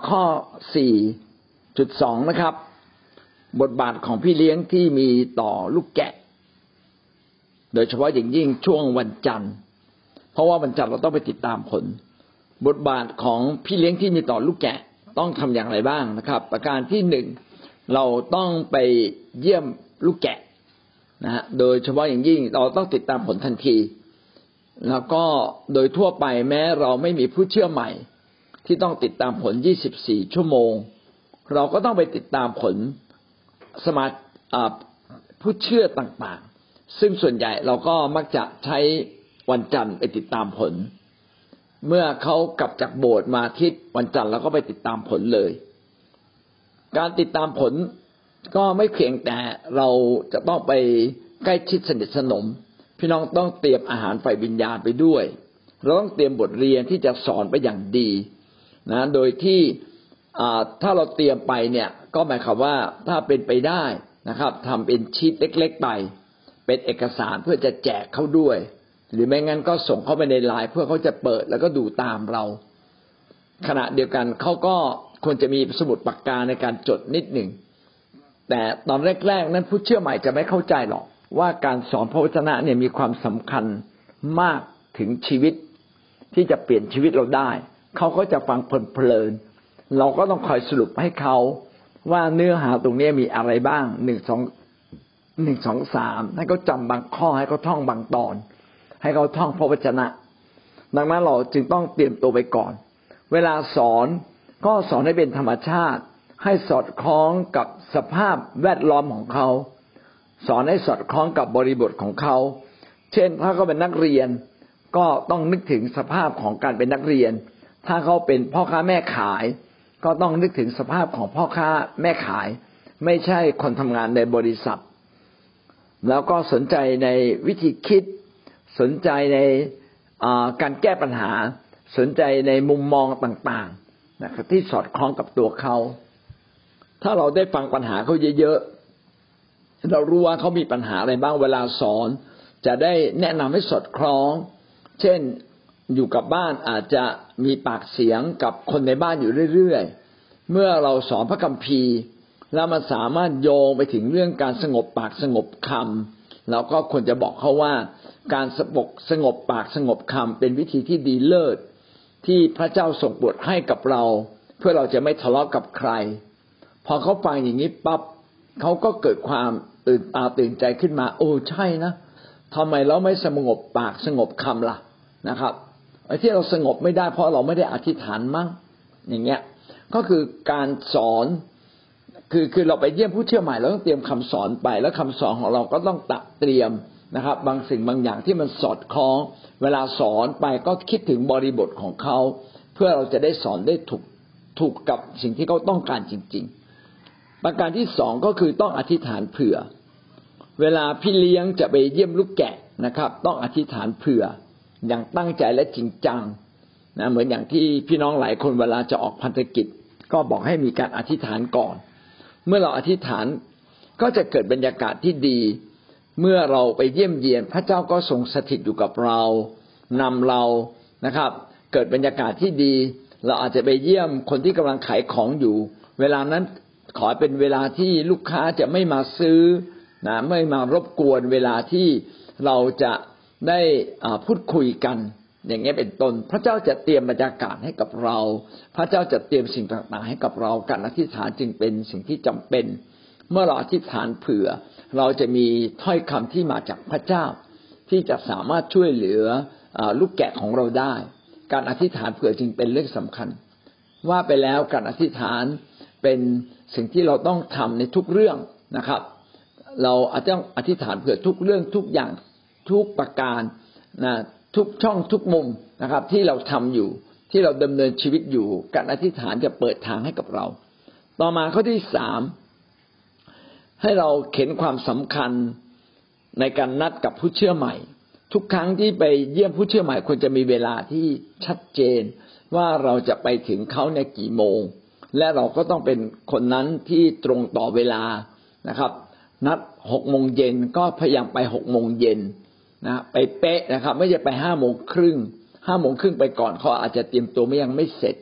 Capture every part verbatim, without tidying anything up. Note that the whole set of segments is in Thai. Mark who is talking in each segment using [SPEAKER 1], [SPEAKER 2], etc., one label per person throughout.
[SPEAKER 1] ข้อ สี่จุดสอง นะครับบทบาทของพี่เลี้ยงที่มีต่อลูกแกะโดยเฉพาะอย่างยิ่งช่วงวันจันทร์เพราะว่าวันจันทร์เราต้องไปติดตามผลบทบาทของพี่เลี้ยงที่มีต่อลูกแกะต้องทำอย่างไรบ้างนะครับประการที่หนึ่งเราต้องไปเยี่ยมลูกแกะนะฮะโดยเฉพาะอย่างยิ่งเราต้องติดตามผลทันทีแล้วก็โดยทั่วไปแม้เราไม่มีผู้เชื่อใหม่ที่ต้องติดตามผลยี่สิบสี่ชั่วโมงเราก็ต้องไปติดตามผลสมาชิกผู้เชื่อต่างๆซึ่งส่วนใหญ่เราก็มักจะใช้วันจันทร์ไปติดตามผลเมื่อเขากลับจากโบสถ์มาอาทิตย์วันจันทร์เราก็ไปติดตามผลเลยการติดตามผลก็ไม่เพียงแต่เราจะต้องไปใกล้ชิดสนิทสนมพี่น้องต้องเตรียมอาหารฝ่ายวิญญาณไปด้วยเราต้องเตรียมบทเรียนที่จะสอนไปอย่างดีนะโดยที่ถ้าเราเตรียมไปเนี่ยก็หมายความว่าถ้าเป็นไปได้นะครับทำเป็นชีทเล็กๆไปเป็นเอกสารเพื่อจะแจกเขาด้วยหรือไม่งั้นก็ส่งเข้าไปในไลน์เพื่อเขาจะเปิดแล้วก็ดูตามเราขณะเดียวกันเขาก็ควรจะมีสมุดปากกาในการจดนิดหนึ่งแต่ตอนแรกๆนั้นผู้เชื่อใหม่จะไม่เข้าใจหรอกว่าการสอนพระวจนะเนี่ยมีความสำคัญมากถึงชีวิตที่จะเปลี่ยนชีวิตเราได้เขาก็จะฟังเพลินๆเราก็ต้องคอยสรุปให้เขาว่าเนื้อหาตรงนี้มีอะไรบ้างหนึ่งสองหนึ่งสองสามให้เขาจำบางข้อให้เขาท่องบางตอนให้เขาท่องพระวจนะดังนั้นเราจึงต้องเตรียมตัวไปก่อนเวลาสอนก็สอนให้เป็นธรรมชาติให้สอดคล้องกับสภาพแวดล้อมของเขาสอนให้สอดคล้องกับบริบทของเขาเช่นถ้าเขาเป็นนักเรียนก็ต้องนึกถึงสภาพของการเป็นนักเรียนถ้าเขาเป็นพ่อค้าแม่ขายก็ต้องนึกถึงสภาพของพ่อค้าแม่ขายไม่ใช่คนทำงานในบริษัทแล้วก็สนใจในวิธีคิดสนใจในการแก้ปัญหาสนใจในมุมมองต่างๆนะครับที่สอดคล้องกับตัวเขาถ้าเราได้ฟังปัญหาเขาเยอะๆเรารู้ว่าเขามีปัญหาอะไรบ้างเวลาสอนจะได้แนะนำให้สอดคล้องเช่นอยู่กับบ้านอาจจะมีปากเสียงกับคนในบ้านอยู่เรื่อยๆเมื่อเราสอนพระคัมภีร์แล้วมันสามารถโยงไปถึงเรื่องการสงบปากสงบคำเราก็ควรจะบอกเขาว่าการสงบสงบปากสงบคำเป็นวิธีที่ดีเลิศที่พระเจ้าทรงโปรดให้กับเราเพื่อเราจะไม่ทะเลาะกับใครพอเขาฟังอย่างนี้ปั๊บเขาก็เกิดความตื่นตาตื่นใจขึ้นมาโอ้ใช่นะทำไมเราไม่สงบปากสงบคำล่ะนะครับไอ้ที่เราสงบไม่ได้เพราะเราไม่ได้อธิษฐานมั้งอย่างเงี้ยก็คือการสอนคือคือเราไปเยี่ยมผู้เชื่อใหม่เราต้องเตรียมคำสอนไปแล้วคำสอนของเราก็ต้องตัดเตรียมนะครับบางสิ่งบางอย่างที่มันสอดคล้องเวลาสอนไปก็คิดถึงบริบทของเขาเพื่อเราจะได้สอนได้ถูกถูกกับสิ่งที่เขาต้องการจริงๆประการที่สองก็คือต้องอธิษฐานเผื่อเวลาพี่เลี้ยงจะไปเยี่ยมลูกแกะนะครับต้องอธิษฐานเผื่ออย่างตั้งใจและจริงจังนะเหมือนอย่างที่พี่น้องหลายคนเวลาจะออกพันธกิจก็บอกให้มีการอธิษฐานก่อนเมื่อเราอธิษฐานก็จะเกิดบรรยากาศที่ดีเมื่อเราไปเยี่ยมเยียนพระเจ้าก็ทรงสถิตอยู่กับเรานำเรานะครับเกิดบรรยากาศที่ดีเราอาจจะไปเยี่ยมคนที่กำลังขายของอยู่เวลานั้นขอเป็นเวลาที่ลูกค้าจะไม่มาซื้อนะไม่มารบกวนเวลาที่เราจะได้พูดคุยกันอย่างเงี้ยเป็นต้นพระเจ้าจะเตรียมบรรยากาศให้กับเราพระเจ้าจะเตรียมสิ่งต่างๆให้กับเราการอธิษฐานจึงเป็นสิ่งที่จำเป็นเมื่อเราอธิษฐานเผื่อเราจะมีถ้อยคำที่มาจากพระเจ้าที่จะสามารถช่วยเหลือลูกแกะของเราได้การอธิษฐานเผื่อจึงเป็นเรื่องสำคัญว่าไปแล้วการอธิษฐานเป็นสิ่งที่เราต้องทำในทุกเรื่องนะครับเราอาจจะต้องอธิษฐานเผื่อทุกเรื่องทุกอย่างทุกประการนะทุกช่องทุกมุมนะครับที่เราทำอยู่ที่เราดำเนินชีวิตอยู่การอธิษฐานจะเปิดทางให้กับเราต่อมาข้อที่สามให้เราเห็นความสำคัญในการนัดกับผู้เชื่อใหม่ทุกครั้งที่ไปเยี่ยมผู้เชื่อใหม่ควรจะมีเวลาที่ชัดเจนว่าเราจะไปถึงเขาในกี่โมงและเราก็ต้องเป็นคนนั้นที่ตรงต่อเวลานะครับนัดหกโมงเย็นก็พยายามไปหกโมงเย็นนะไปเป๊ะนะครับไม่ใช่ไปห้าโมงครึ่งห้าโมงครึ่งไปก่อนเขาอาจจะเตรียมตัวไม่ยังไม่เสร็จ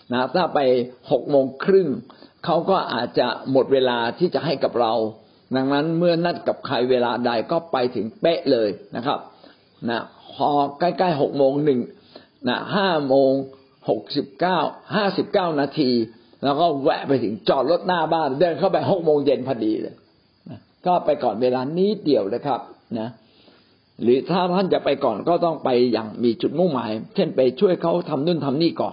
[SPEAKER 1] นะถ้าไปหกโมงครึ่งเขาก็อาจจะหมดเวลาที่จะให้กับเราดังนั้นเมื่อนัดกับใครเวลาใดก็ไปถึงเป๊ะเลยนะครับนะพอใกล้ๆหกโมงหนึ่งนะห้าโมงหกสิบเก้าห้าสิบเก้านาทีแล้วก็แวะไปถึงจอดรถหน้าบ้านเดินเข้าไปหกโมงเย็นพอดีเลยนะก็ไปก่อนเวลานิดเดียวนะครับนะหรือถ้าท่านจะไปก่อนก็ต้องไปอย่างมีจุดมุ่งหมายเช่นไปช่วยเขาทำนู่นทำนี่ก่อน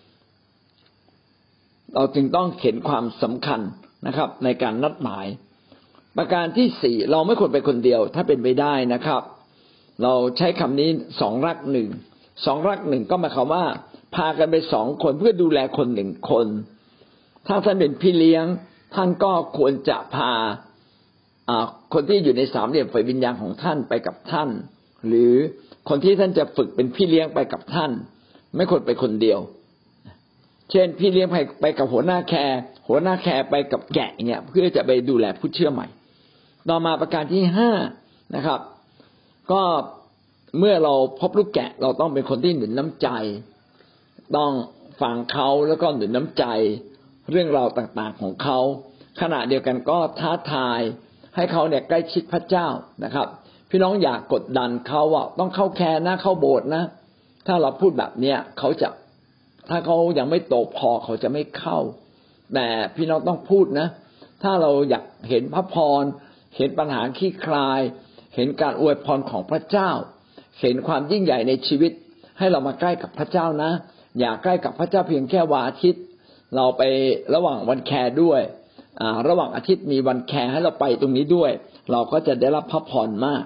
[SPEAKER 1] เราจึงต้องเห็นความสำคัญนะครับในการนัดหมายประการที่สี่เราไม่ควรไปคนเดียวถ้าเป็นไปได้นะครับเราใช้คำนี้สองรักหนึ่งสองรักหนึ่งก็หมายความว่าพากันไปสองคนเพื่อดูแลคนหนึ่งคนถ้าท่านเป็นพี่เลี้ยงท่านก็ควรจะพาคนที่อยู่ในสามเหลี่ยมฝ่ายวิญญาณของท่านไปกับท่านหรือคนที่ท่านจะฝึกเป็นพี่เลี้ยงไปกับท่านไม่ควรไปคนเดียวเช่นพี่เลี้ยงไปไปกับหัวหน้าแคร์หัวหน้าแคร์ไปกับแกะเนี่ยเพื่อจะไปดูแลผู้เชื่อใหม่ต่อมาประการที่ห้านะครับก็เมื่อเราพบลูกแกะเราต้องเป็นคนที่หนุนน้ำใจต้องฟังเขาแล้วก็หนุนน้ำใจเรื่องราวต่างๆของเขาขณะเดียวกันก็ท้าทายให้เขาเนี่ยใกล้ชิดพระเจ้านะครับพี่น้องอยากกดดันเขาว่าต้องเข้าแคร์นะเข้าโบสถ์นะถ้าเราพูดแบบเนี้ยเขาจะถ้าเขายังไม่โตพอเขาจะไม่เข้าแต่พี่น้องต้องพูดนะถ้าเราอยากเห็นพระพรเห็นปัญหาคลี่คลายเห็นการอวยพรของพระเจ้าเห็นความยิ่งใหญ่ในชีวิตให้เรามาใกล้กับพระเจ้านะอย่าใกล้กับพระเจ้าเพียงแค่วันอาทิตย์เราไประหว่างวันแคร์ด้วยอ่าระหว่างอาทิตย์มีวันแคร์ให้เราไปตรงนี้ด้วยเราก็จะได้รับพระพรมาก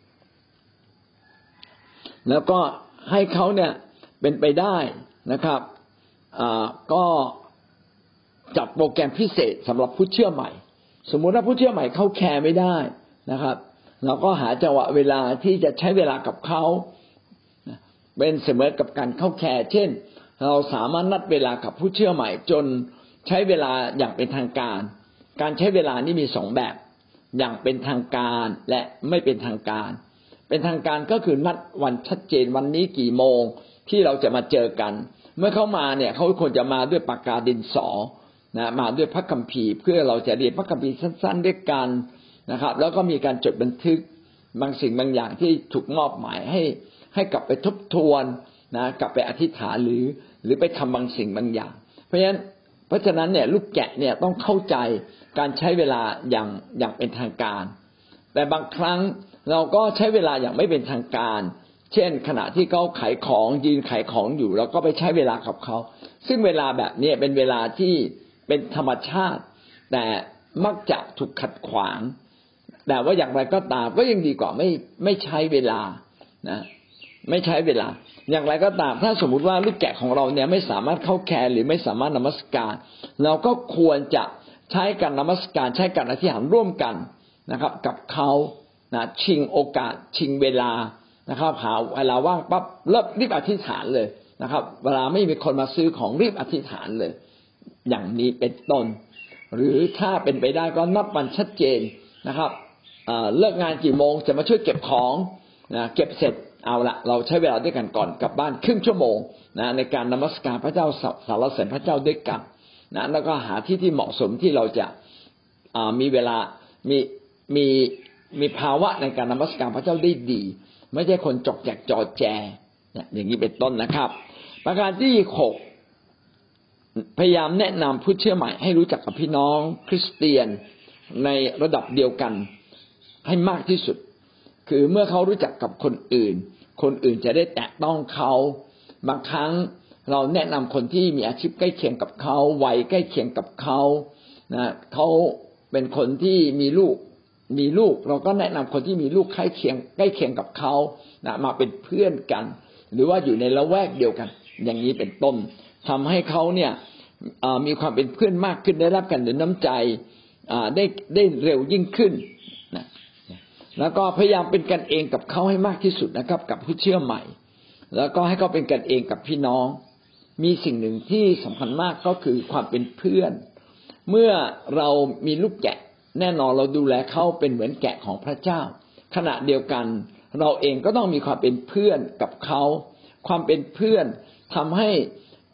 [SPEAKER 1] แล้วก็ให้เขาเนี่ยเป็นไปได้นะครับอ่าก็จัดโปรแกรมพิเศษสำหรับผู้เชื่อใหม่สมมุติว่าผู้เชื่อใหม่เข้าแคร์ไม่ได้นะครับเราก็หาจังหวะเวลาที่จะใช้เวลากับเขาเป็นเสมอกับการเข้าแคร์เช่นเราสามารถนัดเวลากับผู้เชื่อใหม่จนใช้เวลาอย่างเป็นทางการการใช้เวลานี่มีสองแบบอย่างเป็นทางการและไม่เป็นทางการเป็นทางการก็คือนัดวันชัดเจนวันนี้กี่โมงที่เราจะมาเจอกันเมื่อเขามาเนี่ยเขาควรจะมาด้วยปากกาดินสอนะมาด้วยพระคัมภีร์เพื่อเราจะเรียนพระคัมภีร์สั้นๆด้วยกันนะครับแล้วก็มีการจดบันทึกบางสิ่งบางอย่างที่ถูกมอบหมายให้ให้กลับไปทบทวนนะกลับไปอธิษฐานหรือหรือไปทำบางสิ่งบางอย่างเพราะฉะนั้นเพราะฉะนั้นเนี่ยลูกแกะเนี่ยต้องเข้าใจการใช้เวลาอย่างอย่างเป็นทางการแต่บางครั้งเราก็ใช้เวลาอย่างไม่เป็นทางการเช่นขณะที่เขาขายของยืนขายของอยู่เราก็ไปใช้เวลากับเขาซึ่งเวลาแบบนี้เป็นเวลาที่เป็นธรรมชาติแต่มักจะถูกขัดขวางแต่ว่าอย่างไรก็ตามก็ยังดีกว่าไม่ไม่ใช้เวลานะไม่ใช้เวลาอย่างไรก็ตามถ้าสมมุติว่าลูกแกะของเราเนี่ยไม่สามารถเข้าแคร์หรือไม่สามารถนมัสการเราก็ควรจะใช้การนมัสการใช้การอธิษฐานร่วมกันนะครับกับเขานะชิงโอกาสชิงเวลานะครับหาเวลาว่างปั๊บเริ่มรีบอธิษฐานเลยนะครับเวลาไม่มีคนมาซื้อของรีบอธิษฐานเลยอย่างนี้เป็นต้นหรือถ้าเป็นไปได้ก็นับวันชัดเจนนะครับเลิกงานกี่โมงจะมาช่วยเก็บของนะเก็บเสร็จเอาละเราใช้เวลาด้วยกันก่อนกลับบ้านครึ่งชั่วโมงนะในการนมัสการพระเจ้าสรรเสริญพระเจ้าด้วยกันนะแล้วก็หาที่ที่เหมาะสมที่เราจะมีเวลามีมีมีภาวะในการนมัสการพระเจ้าได้ดีไม่ใช่คนจอกแจกจอแจเนี่ยอย่างนี้เป็นต้นนะครับประการที่หกพยายามแนะนำผู้เชื่อใหม่ให้รู้จักกับพี่น้องคริสเตียนในระดับเดียวกันให้มากที่สุดคือเมื่อเขารู้จักกับคนอื่นคนอื่นจะได้แตะต้องเขาบางครั้งเราแนะนำคนที่มีอาชีพใกล้เคียงกับเขาวัยใกล้เคียงกับเขานะเขาเป็นคนที่มีลูกมีลูกเราก็แนะนำคนที่มีลูกใกล้เคียงใกล้เคียงกับเขานะมาเป็นเพื่อนกันหรือว่าอยู่ในละแวกเดียวกันอย่างนี้เป็นต้นทำให้เขาเนี่ยมีความเป็นเพื่อนมากขึ้นได้รับการหนุนน้ำใจได้ได้เร็วยิ่งขึ้นนะแล้วก็พยายามเป็นกันเองกับเขาให้มากที่สุดนะครับกับผู้เชื่อใหม่แล้วก็ให้เขาเป็นกันเองกับพี่น้องมีสิ่งหนึ่งที่สำคัญมากก็คือความเป็นเพื่อนเมื่อเรามีลูกแกะแน่นอนเราดูแลเขาเป็นเหมือนแกะของพระเจ้าขณะเดียวกันเราเองก็ต้องมีความเป็นเพื่อนกับเขาความเป็นเพื่อนทำให้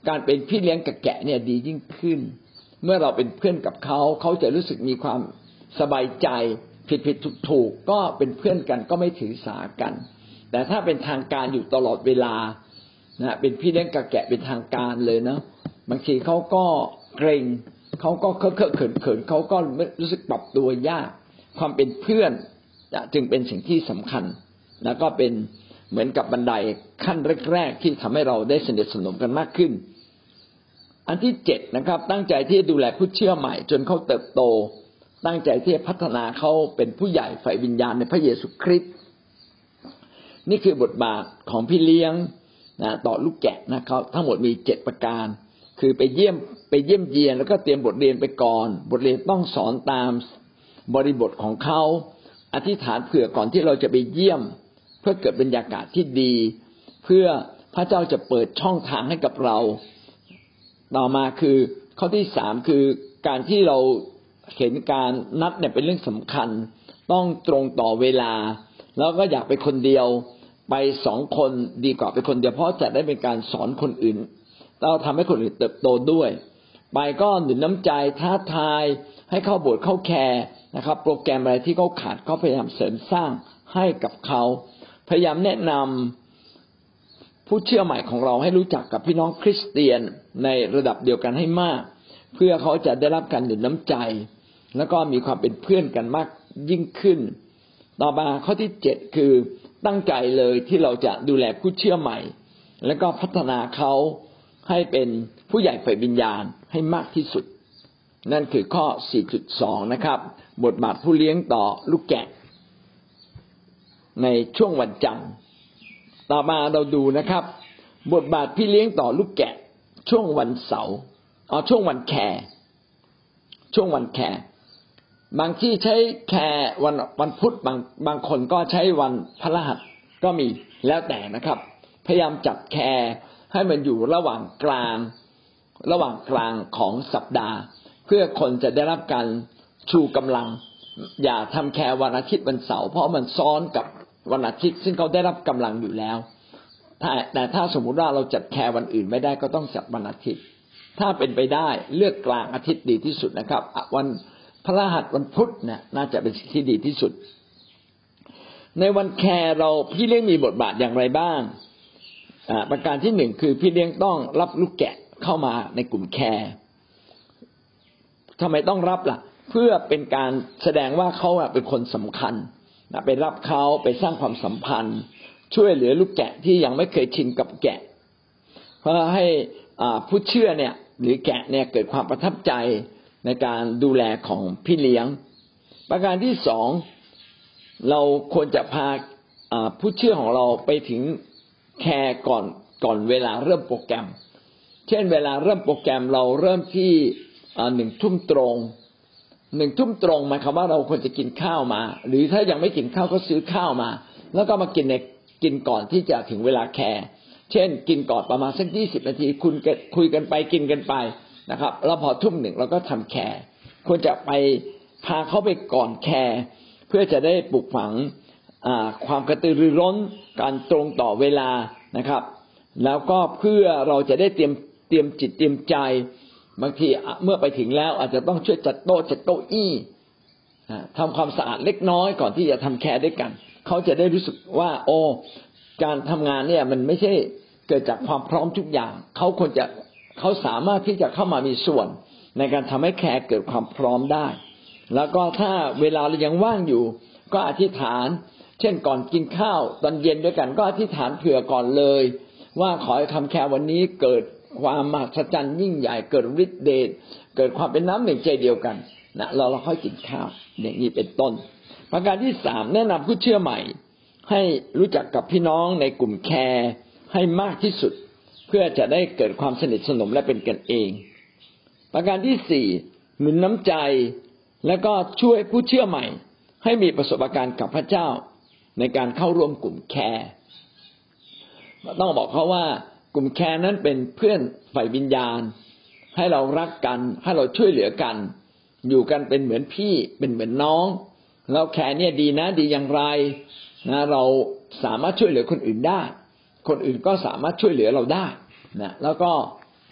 [SPEAKER 1] การเป็นพี่เลี้ยงกับแกะเนี่ยดียิ่งขึ้นเมื่อเราเป็นเพื่อนกับเขาเขาจะรู้สึกมีความสบายใจผิดผิดถูกถูกก็เป็นเพื่อนกันก็ไม่ถือสากันแต่ถ้าเป็นทางการอยู่ตลอดเวลานะเป็นพี่เลี้ยงกับแกะเป็นทางการเลยนะบางทีเขาก็เกรงเขาก็เคอะเคอะเขินเขินเขาก็รู้สึกปรับตัวยากความเป็นเพื่อนจึงเป็นสิ่งที่สำคัญแล้วก็เป็นเหมือนกับบันไดขั้นแรกๆที่ทำให้เราได้สนิทสนมกันมากขึ้นอันที่เจ็ดนะครับตั้งใจที่จะดูแลผู้เชื่อใหม่จนเขาเติบโตตั้งใจที่จะพัฒนาเขาเป็นผู้ใหญ่ฝ่ายวิญญาณในพระเยซูคริสต์นี่คือบทบาทของพี่เลี้ยงนะต่อลูกแกะนะครับทั้งหมดมีเจ็ดประการคือไปเยี่ยมไปเยี่ยมเยียนแล้วก็เตรียมบทเรียนไปก่อนบทเรียนต้องสอนตามบริบทของเขาอธิษฐานเผื่อก่อนที่เราจะไปเยี่ยมเพื่อเกิดบรรยากาศที่ดีเพื่อพระเจ้าจะเปิดช่องทางให้กับเราต่อมาคือข้อที่สามคือการที่เราเห็นการนัดเนี่ยเป็นเรื่องสำคัญต้องตรงต่อเวลาแล้วก็อยากไปคนเดียวไปสองคนดีกว่าไปคนเดียวเพราะจะได้เป็นการสอนคนอื่นเราทำให้คนอื่นเติบโตด้วยไปก็หนุนน้ำใจท้าทายให้เข้าโบสถ์เข้าแคร์นะครับโปรแกรมอะไรที่เขาขาดก็พยายามเสริมสร้างให้กับเขาพยายามแนะนำผู้เชื่อใหม่ของเราให้รู้จักกับพี่น้องคริสเตียนในระดับเดียวกันให้มากเพื่อเขาจะได้รับการหนุนน้ำใจแล้วก็มีความเป็นเพื่อนกันมากยิ่งขึ้นต่อมาข้อที่เจ็ดคือตั้งใจเลยที่เราจะดูแลผู้เชื่อใหม่แล้วก็พัฒนาเขาให้เป็นผู้ใหญ่ฝ่ายวิญญาณให้มากที่สุดนั่นคือข้อ สี่จุดสอง นะครับบทบาทผู้เลี้ยงต่อลูกแกะในช่วงวันจันทร์ต่อมาเราดูนะครับบทบาทพี่เลี้ยงต่อลูกแกะช่วงวันเสาร์เอาช่วงวันแคร์ช่วงวันแคร์บางที่ใช้แคร์วันวันพุธบางบางคนก็ใช้วันพฤหัสก็มีแล้วแต่นะครับพยายามจัดแคร์ให้มันอยู่ระหว่างกลางระหว่างกลางของสัปดาห์เพื่อคนจะได้รับการชูกำลังอย่าทำแคร์วันอาทิตย์วันเสาร์เพราะมันซ้อนกับวันอาทิตย์ซึ่งเขาได้รับกำลังอยู่แล้วแต่ถ้าสมมุติว่าเราจัดแคร์วันอื่นไม่ได้ก็ต้องจัดวันอาทิตย์ถ้าเป็นไปได้เลือกกลางอาทิตย์ดีที่สุดนะครับวันพฤหัสวันพุธเนี่ยน่าจะเป็นสิ่งที่ดีที่สุดในวันแคร์เราพี่เลี้ยงมีบทบาทอย่างไรบ้างประการที่หนึ่งคือพี่เลี้ยงต้องรับลูกแกะเข้ามาในกลุ่มแคร์ทำไมต้องรับล่ะเพื่อเป็นการแสดงว่าเขาเป็นคนสำคัญไปรับเขาไปสร้างความสัมพันธ์ช่วยเหลือลูกแกะที่ยังไม่เคยชินกับแกะเพื่อให้ผู้เชื่อเนี่ยหรือแกะเนี่ยเกิดความประทับใจในการดูแลของพี่เลี้ยงประการที่สองเราควรจะพาผู้เชื่อของเราไปถึงแคร์ก่อนก่อนเวลาเริ่มโปรแกรมเช่นเวลาเริ่มโปรแกรมเราเริ่มที่หนึ่งทุ่มตรงหนึ่งทุ่มตรงหมายความว่าเราควรจะกินข้าวมาหรือถ้ายังไม่กินข้าวก็ซื้อข้าวมาแล้วก็มากินในกินก่อนที่จะถึงเวลาแคร์เช่นกินก่อนประมาณสักยี่สิบนาทีคุณคุยกันไปกินกันไปนะครับแล้วพอทุ่มหนึ่งเราก็ทำแคร์ควรจะไปพาเขาไปก่อนแคร์เพื่อจะได้ปลูกฝังความกระตือรือร้นการตรงต่อเวลานะครับแล้วก็เพื่อเราจะได้เตรียมเตรียมจิตเตรียมใจบางทีเมื่อไปถึงแล้วอาจจะต้องช่วยจัดโต๊ะจัดเก้าอี้ทำความสะอาดเล็กน้อยก่อนที่จะทำแคร์ด้วยกันเขาจะได้รู้สึกว่าโอ้การทำงานเนี่ยมันไม่ใช่เกิดจากความพร้อมทุกอย่างเขาควรจะเขาสามารถที่จะเข้ามามีส่วนในการทำให้แคร์เกิดความพร้อมได้แล้วก็ถ้าเวลาเรายังว่างอยู่ก็อธิษฐานเช่นก่อนกินข้าวตอนเย็นด้วยกันก็อธิษฐานเผื่อก่อนเลยว่าขอให้ทำแคร์วันนี้เกิดความมหัศจรรย์ยิ่งใหญ่เกิดฤทธิ์เดชเกิดความเป็นน้ำหนึ่งใจเดียวกันนะเราเราค่อยกินข้าวอย่างนี้เป็นต้นประการที่สามแนะนำผู้เชื่อใหม่ให้รู้จักกับพี่น้องในกลุ่มแคร์ให้มากที่สุดเพื่อจะได้เกิดความสนิทสนมและเป็นกันเองประการที่สี่หนุนน้ำใจและก็ช่วยผู้เชื่อใหม่ให้มีประสบการณ์กับพระเจ้าในการเข้าร่วมกลุ่มแคร์ต้องบอกเขาว่ากลุ่มแคร์นั้นเป็นเพื่อนฝ่ายวิญญาณให้เรารักกันให้เราช่วยเหลือกันอยู่กันเป็นเหมือนพี่เป็นเหมือนน้องแล้วแคร์เนี่ยดีนะดีอย่างไรนะเราสามารถช่วยเหลือคนอื่นได้คนอื่นก็สามารถช่วยเหลือเราได้นะแล้วก็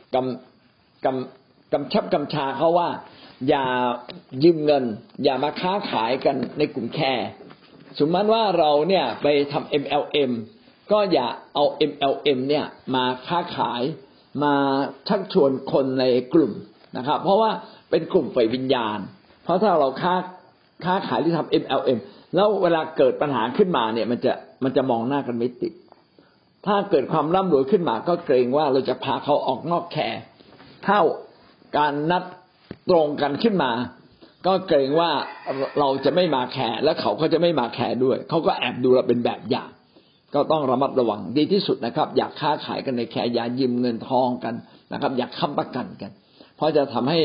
[SPEAKER 1] กำกำกำชับกำชาเขาว่าอย่ายืมเงินอย่ามาค้าขายกันในกลุ่มแคร์สมมติว่าเราเนี่ยไปทำ เอ็ม แอล เอ็ม ก็อย่าเอา เอ็ม แอล เอ็ม เนี่ยมาค้าขายมาชักชวนคนในกลุ่มนะครับเพราะว่าเป็นกลุ่มฝ่ายวิญญาณเพราะถ้าเราค้าค้าขายที่ทำ เอ็ม แอล เอ็ม แล้วเวลาเกิดปัญหาขึ้นมาเนี่ยมันจะมันจะมองหน้ากันไม่ติดถ้าเกิดความร่ำรวยขึ้นมาก็เกรงว่าเราจะพาเขาออกนอกแคร์ถ้าการนัดตรงกันขึ้นมาก็เกรงว่าเราจะไม่มาแคร์และเขาก็จะไม่มาแคร์ด้วยเขาก็แอบดูเราเป็นแบบอย่างก็ต้องระมัดระวังดีที่สุดนะครับอยากค้าขายกันในแคร์อย่ายืมเงินทองกันนะครับอยากค้ำประกันกันเพราะจะทำให้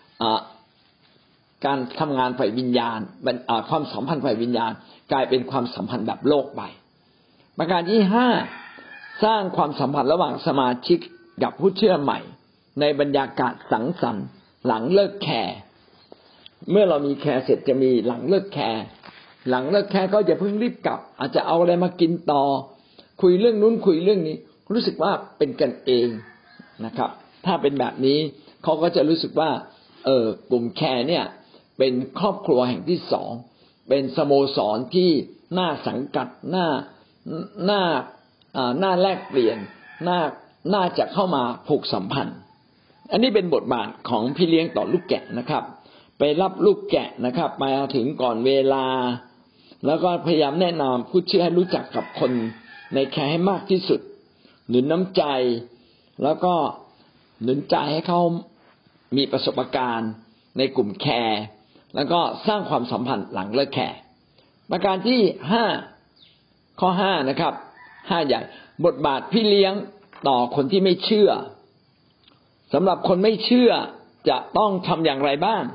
[SPEAKER 1] การทำงานฝ่ายวิญญาณความสัมพันธ์ฝ่ายวิญญาณกลายเป็นความสัมพันธ์แบบโลกไปประการที่ห้าสร้างความสัมพันธ์ระหว่างสมาชิกกับผู้เชื่อใหม่ในบรรยากาศสังสรรค์หลังเลิกแคร์เมื่อเรามีแคร์เสร็จจะมีหลังเลิกแคร์หลังเลิกแคร์ก็อย่าเพิ่งรีบกลับอาจจะเอาอะไรมากินต่อคุยเรื่องนู้นคุยเรื่องนี้รู้สึกว่าเป็นกันเองนะครับถ้าเป็นแบบนี้เขาก็จะรู้สึกว่าเออกลุ่มแคร์เนี่ยเป็นครอบครัวแห่งที่สองเป็นสโมสรที่น่าสังกัดน่าน่าอ่าน่าแลกเปลี่ยนน่าน่าจะเข้ามาผูกสัมพันธ์อันนี้เป็นบทบาทของพี่เลี้ยงต่อลูกแกะนะครับไปรับลูกแกะนะครับมาถึงก่อนเวลาแล้วก็พยายามแนะนำผู้เชื่อให้รู้จักกับคนในแคร์ให้มากที่สุดหนุนน้ำใจแล้วก็หนุนใจให้เขามีประสบการณ์ในกลุ่มแคร์แล้วก็สร้างความสัมพันธ์หลังเลิกแคร์ประการที่ห้าข้อห้านะครับห้าใหญ่บทบาทพี่เลี้ยงต่อคนที่ไม่เชื่อสำหรับคนไม่เชื่อจะต้องทำอย่างไรบ้าง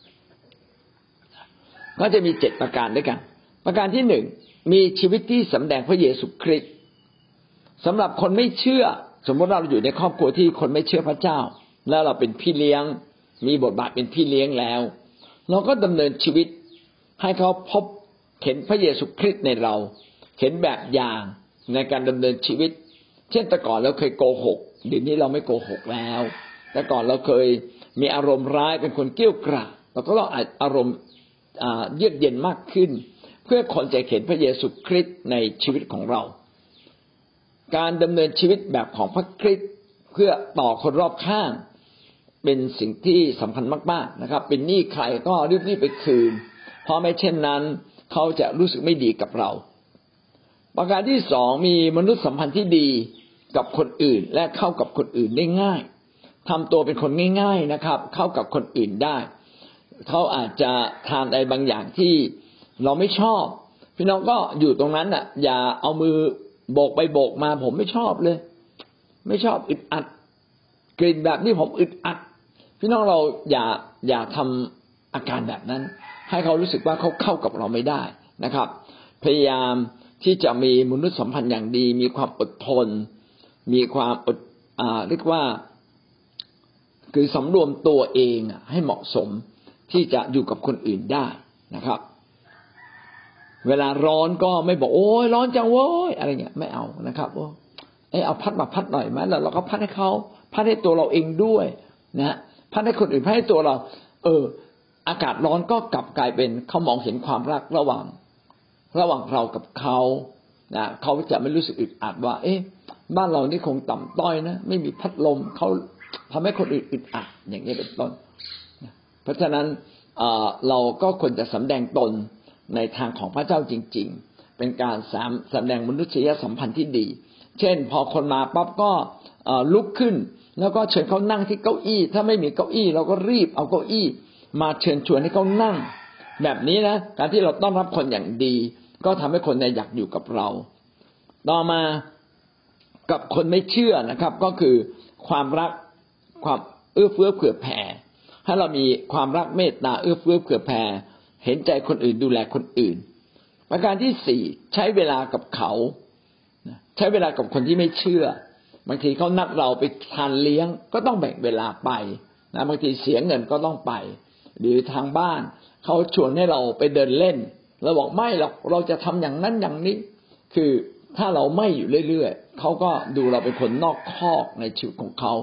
[SPEAKER 1] ก็จะมีเจ็ดประการด้วยกันประการที่หนึ่งมีชีวิตที่สำแดงพระเยซูคริสต์สำหรับคนไม่เชื่อสมมติเราอยู่ในครอบครัวที่คนไม่เชื่อพระเจ้าแล้วเราเป็นพี่เลี้ยงมีบทบาทเป็นพี่เลี้ยงแล้วเราก็ดำเนินชีวิตให้เขาพบเห็นพระเยซูคริสต์ในเราเห็นแบบอย่างในการดำเนินชีวิตเช่นแต่ก่อนเราเคยโกหกเดี๋ยวนี้เราไม่โกหกแล้วแต่ก่อนเราเคยมีอารมณ์ร้ายเป็นคนเกรี้ยวกราดเราก็ต้องอารมณ์เยือกเย็นมากขึ้นเพื่อคนจะเห็นพระเยซูคริสต์ในชีวิตของเราการดำเนินชีวิตแบบของพระคริสต์เพื่อต่อคนรอบข้างเป็นสิ่งที่สำคัญมากๆนะครับเป็นหนี้ใครก็รีบๆไปคืนเพราะไม่เช่นนั้นเขาจะรู้สึกไม่ดีกับเราประการที่สองมีมนุษยสัมพันธ์ที่ดีกับคนอื่นและเข้ากับคนอื่นได้ง่ายทำตัวเป็นคนง่ายๆนะครับเข้ากับคนอื่นได้เขาอาจจะทานอะไรบางอย่างที่เราไม่ชอบพี่น้องก็อยู่ตรงนั้นน่ะอย่าเอามือโบกไปโบกมาผมไม่ชอบเลยไม่ชอบอึดอัดกลิ่นแบบนี้ผมอึดอัดพี่น้องเราอย่าอย่าทำอาการแบบนั้นให้เขารู้สึกว่าเขาเข้ากับเราไม่ได้นะครับพยายามที่จะมีมนุษยสัมพันธ์อย่างดีมีความอดทนมีความอดอ่าเรียกว่าคือสำรวมตัวเองให้เหมาะสมที่จะอยู่กับคนอื่นได้นะครับเวลาร้อนก็ไม่บอกโอ้ยร้อนจังโว้ยอะไรเงี้ยไม่เอานะครับโอ้เออเอาพัดมาพัดหน่อยไหมแล้วเราก็พัดให้เขาพัดให้ตัวเราเองด้วยนะพัดให้คนอื่นพัดให้ตัวเราเอออากาศร้อนก็กลับกลายเป็นเขามองเห็นความรักระหว่างระหว่างเรากับเขานะเขาจะไม่รู้สึกอึดอัดว่าเอ๊ะบ้านเรานี่คงต่ำต้อยนะไม่มีพัดลมเขาทำให้คนอื่นอึดอัดอย่างนี้เป็นต้นเพราะฉะนั้นเอ่อเราก็ควรจะสำแดงตนในทางของพระเจ้าจริงๆเป็นการแสดงมนุษยสัมพันธ์ที่ดีเช่นพอคนมาปั๊บก็ลุกขึ้นแล้วก็เชิญเขานั่งที่เก้าอี้ถ้าไม่มีเก้าอี้เราก็รีบเอาเก้าอี้มาเชิญชวนให้เขานั่งแบบนี้นะการที่เราต้อนรับคนอย่างดีก็ทำให้คนเนี่ยอยากอยู่กับเราต่อมากับคนไม่เชื่อนะครับก็คือความรักความเอื้อเฟื้อเผื่อแผ่ให้เรามีความรักเมตตาเอื้อเฟื้อเผื่อแผ่เห็นใจคนอื่นดูแลคนอื่นประการที่สี่ใช้เวลากับเขาใช้เวลากับคนที่ไม่เชื่อบางทีเขานัดเราไปทานเลี้ยงก็ต้องแบ่งเวลาไปนะบางทีเสียเงินก็ต้องไปหรือทางบ้านเขาชวนให้เราไปเดินเล่นเราบอกไม่หรอกเราจะทำอย่างนั้นอย่างนี้คือ ถ้าเราไม่อยู่เรื่อยๆเขาก็ดูเราเป็นคนนอกคอกในชีวิตของเขา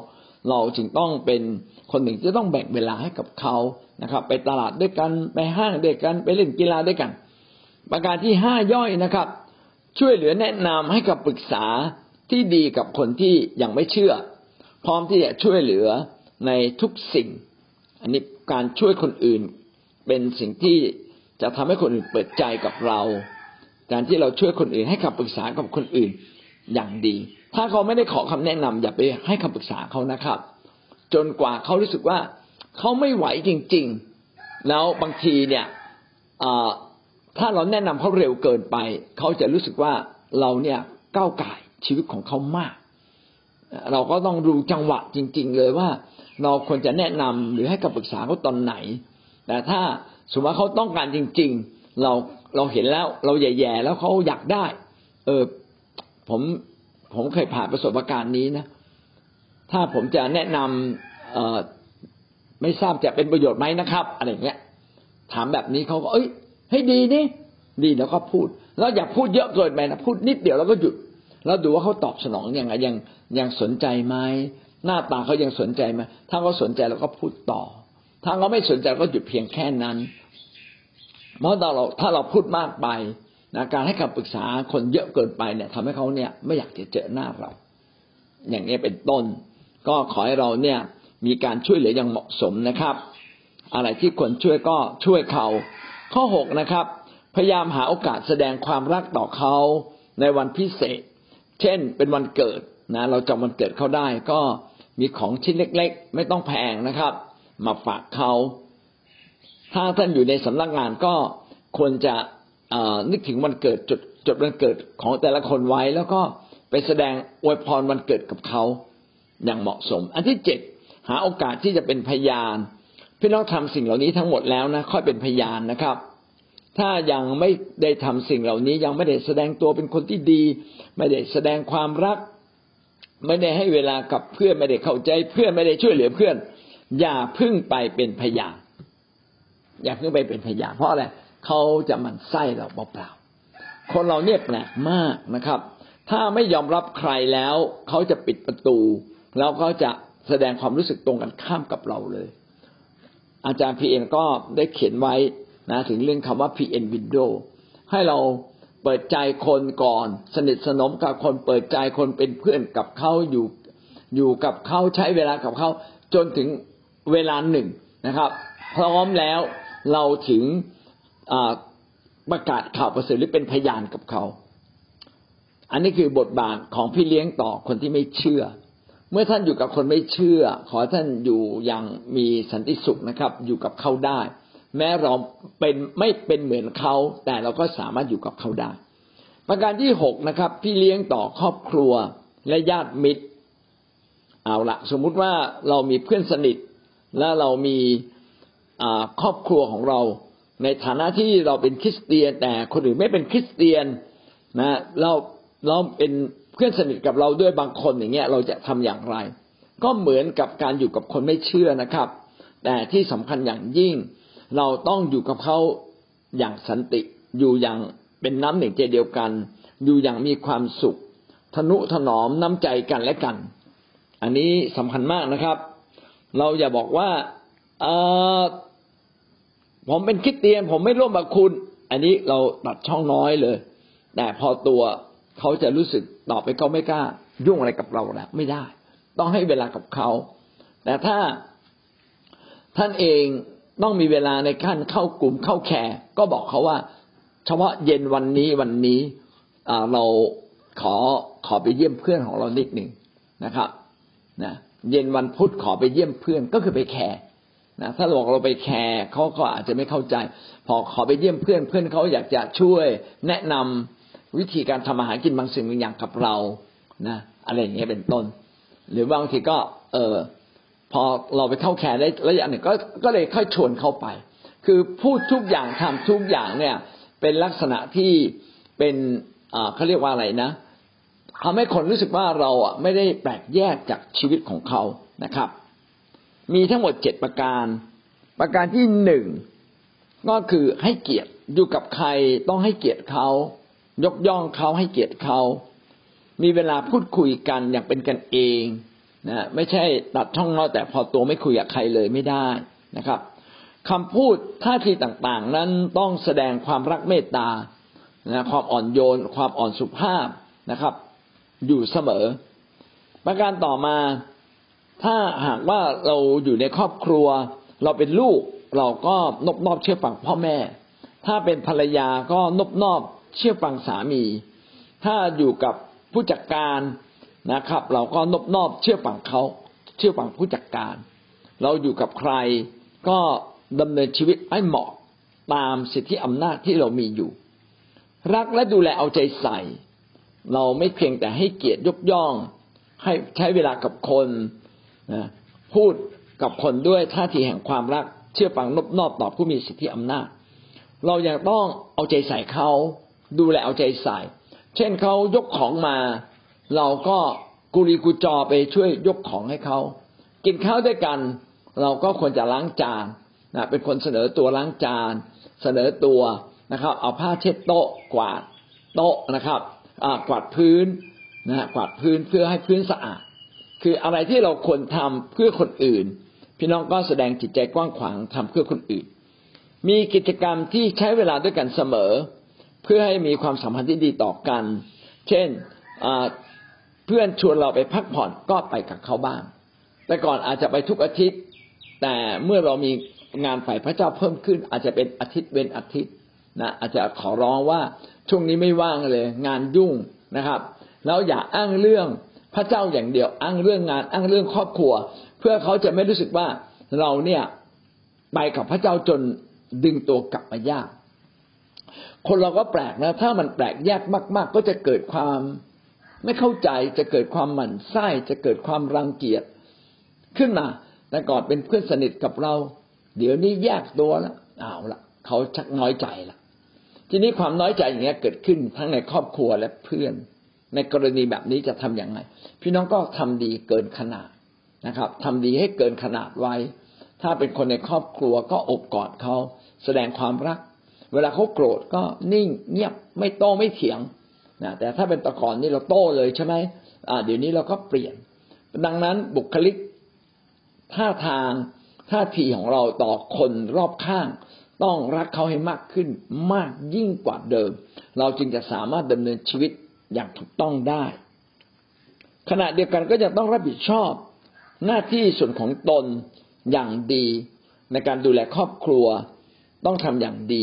[SPEAKER 1] เราจึงต้องเป็นคนหนึ่งที่ต้องแบ่งเวลาให้กับเขานะครับไปตลาดด้วยกันไปห้างด้วยกันไปเล่นกีฬาด้วยกันประการที่ห้าย่อยนะครับช่วยเหลือแนะนำให้กับปรึกษาที่ดีกับคนที่ยังไม่เชื่อพร้อมที่จะช่วยเหลือในทุกสิ่งอันนี้การช่วยคนอื่นเป็นสิ่งที่จะทำให้คนอื่นเปิดใจกับเราการที่เราช่วยคนอื่นให้คำปรึกษากับคนอื่นอย่างดีถ้าเขาไม่ได้ขอคำแนะนำอย่าไปให้คำปรึกษาเขานะครับจนกว่าเขารู้สึกว่าเขาไม่ไหวจริงๆแล้วบางทีเนี่ยถ้าเราแนะนำเขาเร็วเกินไปเขาจะรู้สึกว่าเราเนี่ยก้าวก่ายชีวิตของเขามากเราก็ต้องดูจังหวะจริงๆเลยว่าเราควรจะแนะนำหรือให้คำปรึกษาเขาตอนไหนแต่ถ้าสมมติว่าเขาต้องการจริงๆเราเราเห็นแล้วเราแย่ๆแล้วเขาอยากได้เออผมผมเคยผ่านประสบการณ์นี้นะถ้าผมจะแนะนำเอ่อไม่ทราบจะเป็นประโยชน์ไหมนะครับอะไรอย่างเงี้ยถามแบบนี้เขาก็เอ้ยให้ดีนี่ดีแล้วก็พูดแล้วอย่าพูดเยอะเกินไปนะพูดนิดเดียวแล้วก็หยุดแล้วดูว่าเขาตอบสนองยังไงยังยังสนใจไหมหน้าตาเขายังสนใจไหมถ้าเขาสนใจเราก็พูดต่อถ้าเขาไม่สนใจก็หยุดเพียงแค่นั้นเพราะเราถ้าเราพูดมากไปนะการให้คำปรึกษาคนเยอะเกินไปเนี่ยทำให้เขาเนี่ยไม่อยากจะเจอหน้าเราอย่างนี้เป็นต้นก็ขอให้เราเนี่ยมีการช่วยเหลืออย่างเหมาะสมนะครับอะไรที่ควรช่วยก็ช่วยเขาข้อหกนะครับพยายามหาโอกาสแสดงความรักต่อเขาในวันพิเศษเช่นเป็นวันเกิดนะเราจำวันเกิดเขาได้ก็มีของชิ้นเล็กๆไม่ต้องแพงนะครับมาฝากเขาถ้าท่านอยู่ในสำนักงานก็ควรจะนึกถึงวันเกิดจดจดวันเกิดของแต่ละคนไว้แล้วก็ไปแสดงอวยพรวันเกิดกับเขาอย่างเหมาะสมอันที่เจ็ดหาโอกาสที่จะเป็นพยานพี่น้องทำสิ่งเหล่านี้ทั้งหมดแล้วนะค่อยเป็นพยานนะครับถ้ายังไม่ได้ทำสิ่งเหล่านี้ยังไม่ได้แสดงตัวเป็นคนที่ดีไม่ได้แสดงความรักไม่ได้ให้เวลากับเพื่อนไม่ได้เข้าใจเพื่อนไม่ได้ช่วยเหลือเพื่อนอย่าพึ่งไปเป็นพยานอย่าพึ่งไปเป็นพยานเพราะอะไรเขาจะหมั่นไส้เราเปล่าๆคนเราเนี่ยแปลกมากนะครับถ้าไม่ยอมรับใครแล้วเขาจะปิดประตูแล้วเขาจะแสดงความรู้สึกตรงกันข้ามกับเราเลยอาจารย์พีเอ็นก็ได้เขียนไว้นะถึงเรื่องคำว่า พี เอ็น Window ให้เราเปิดใจคนก่อนสนิทสนมกับคนเปิดใจคนเป็นเพื่อนกับเขาอยู่อยู่กับเขาใช้เวลากับเขาจนถึงเวลาหนึ่งนะครับพร้อมแล้วเราถึงประกาศข่าวประเสริฐหรือเป็นพยานกับเขาอันนี้คือบทบาทของพี่เลี้ยงต่อคนที่ไม่เชื่อเมื่อท่านอยู่กับคนไม่เชื่อขอท่านอยู่อย่างมีสันติสุขนะครับอยู่กับเขาได้แม้เราเป็นไม่เป็นเหมือนเขาแต่เราก็สามารถอยู่กับเขาได้ประการที่หกนะครับพี่เลี้ยงต่อครอบครัวและญาติมิตรเอาละสมมุติว่าเรามีเพื่อนสนิทและเรามีครอบครัวของเราในฐานะที่เราเป็นคริสเตียนแต่คนอื่นไม่เป็นคริสเตียนนะเราเราเป็นเพื่อนสนิทกับเราด้วยบางคนอย่างเงี้ยเราจะทำอย่างไรก็เหมือนกับการอยู่กับคนไม่เชื่อนะครับแต่ที่สำคัญอย่างยิ่งเราต้องอยู่กับเขาอย่างสันติอยู่อย่างเป็นน้ำหนึ่งใจเดียวกันอยู่อย่างมีความสุขทนุถนอมน้ำใจกันและกันอันนี้สำคัญมากนะครับเราอย่าบอกว่าเออผมเป็นคริสเตียนผมไม่ร่วมกับคุณอันนี้เราตัดช่องน้อยเลยแต่พอตัวเขาจะรู้สึกต่อไปเขาไม่กล้ายุ่งอะไรกับเราแล้วไม่ได้ต้องให้เวลากับเขาแต่ถ้าท่านเองต้องมีเวลาในขั้นเข้ากลุ่มเข้าแคร์ก็บอกเขาว่าเฉพาะเย็นวันนี้วันนี้เราขอขอไปเยี่ยมเพื่อนของเรานิดหนึ่งนะครับนะเย็นวันพุธขอไปเยี่ยมเพื่อนก็คือไปแคร์นะถ้าบอกเราไปแคร์เขาก็อาจจะไม่เข้าใจพอขอไปเยี่ยมเพื่อนเพื่อนเขาอยากจะช่วยแนะนำวิธีการทำอาหารกินบางสิ่งบางอย่างกับเรานะอะไรอย่างเงี้ยเป็นต้นหรือบางทีก็เออพอเราไปเข้าแคร์ได้ระยะหนึ่งก็ก็เลยค่อยชวนเข้าไปคือพูดทุกอย่างทำทุกอย่างเนี่ยเป็นลักษณะที่เป็นอ่าเขาเรียกว่าอะไรนะทำให้คนรู้สึกว่าเราอ่ะไม่ได้แปลกแยกจากชีวิตของเขานะครับมีทั้งหมดเจ็ดประการประการที่หนึ่งก็คือให้เกียรติอยู่กับใครต้องให้เกียรติเขายกย่องเขาให้เกียรติเขามีเวลาพูดคุยกันอย่างเป็นกันเองนะไม่ใช่ตัดช่องน้อยแต่พอตัวไม่คุยกับใครเลยไม่ได้นะครับคำพูดท่าทีต่างๆนั้นต้องแสดงความรักเมตตานะความอ่อนโยนความอ่อนสุภาพนะครับอยู่เสมอประการต่อมาถ้าหากว่าเราอยู่ในครอบครัวเราเป็นลูกเราก็นบนอบเชื่อฟังพ่อแม่ถ้าเป็นภรรยาก็นบนอบเชื่อฟังสามีถ้าอยู่กับผู้จัดการนะครับเราก็นบนอบเชื่อฟังเขาเชื่อฟังผู้จัดการเราอยู่กับใครก็ดำเนินชีวิตให้เหมาะตามสิทธิอำนาจที่เรามีอยู่รักและดูแลเอาใจใส่เราไม่เพียงแต่ให้เกียรติยกย่องให้ใช้เวลากับคนนะพูดกับคนด้วยท่าทีแห่งความรักเชื่อฟังนบนอบต่อผู้มีสิทธิอำนาจเรายังต้องเอาใจใส่เขาดูแลเอาใจใส่เช่นเขายกของมาเราก็กุลีกุจอไปช่วยยกของให้เขากินข้าวด้วยกันเราก็ควรจะล้างจานนะเป็นคนเสนอตัวล้างจานเสนอตัวนะครับเอาผ้าเช็ดโต๊ะกวาดโต๊ะนะครับกวาดพื้นนะกวาดพื้นเพื่อให้พื้นสะอาดคืออะไรที่เราควรทำเพื่อคนอื่นพี่น้องก็แสดงจิตใจกว้างขวางทำเพื่อคนอื่นมีกิจกรรมที่ใช้เวลาด้วยกันเสมอเพื่อให้มีความสัมพันธ์ที่ดีต่อกันเช่นเพื่อนชวนเราไปพักผ่อนก็ไปกับเขาบ้างแต่ก่อนอาจจะไปทุกอาทิตย์แต่เมื่อเรามีงานฝ่ายพระเจ้าเพิ่มขึ้นอาจจะเป็นอาทิตย์เว้นอาทิตย์นะอาจจะขอร้องว่าช่วงนี้ไม่ว่างเลยงานยุ่งนะครับแล้วอย่าอ้างเรื่องพระเจ้าอย่างเดียวอ้างเรื่องงานอ้างเรื่องครอบครัวเพื่อเขาจะไม่รู้สึกว่าเราเนี่ยไปกับพระเจ้าจนดึงตัวกลับมายากคนเราก็แปลกนะถ้ามันแปลกแยกมากๆก็จะเกิดความไม่เข้าใจจะเกิดความหมั่นไส้จะเกิดความรังเกียจขึ้นมาแต่ก่อนเป็นเพื่อนสนิทกับเราเดี๋ยวนี้แยกตัวแล้วเอาละเขาชักน้อยใจละทีนี้ความน้อยใจอย่างเงี้ยเกิดขึ้นทั้งในครอบครัวและเพื่อนในกรณีแบบนี้จะทำอย่างไรพี่น้องก็ทำดีเกินขนาดนะครับทำดีให้เกินขนาดไว้ถ้าเป็นคนในครอบครัวก็อบกอดเขาแสดงความรักเวลาเขาโกรธก็นิ่งเงียบไม่โต้ไม่เถียงนะแต่ถ้าเป็นตะก่อนนี่เราโต้เลยใช่ไหมอ่าเดี๋ยวนี้เราก็เปลี่ยนดังนั้นบุคลิกท่าทางท่าทีของเราต่อคนรอบข้างต้องรักเขาให้มากขึ้นมากยิ่งกว่าเดิมเราจึงจะสามารถดำเนินชีวิตอย่างถูกต้องได้ขณะเดียวกันก็จะต้องรับผิดชอบหน้าที่ส่วนของตนอย่างดีในการดูแลครอบครัวต้องทำอย่างดี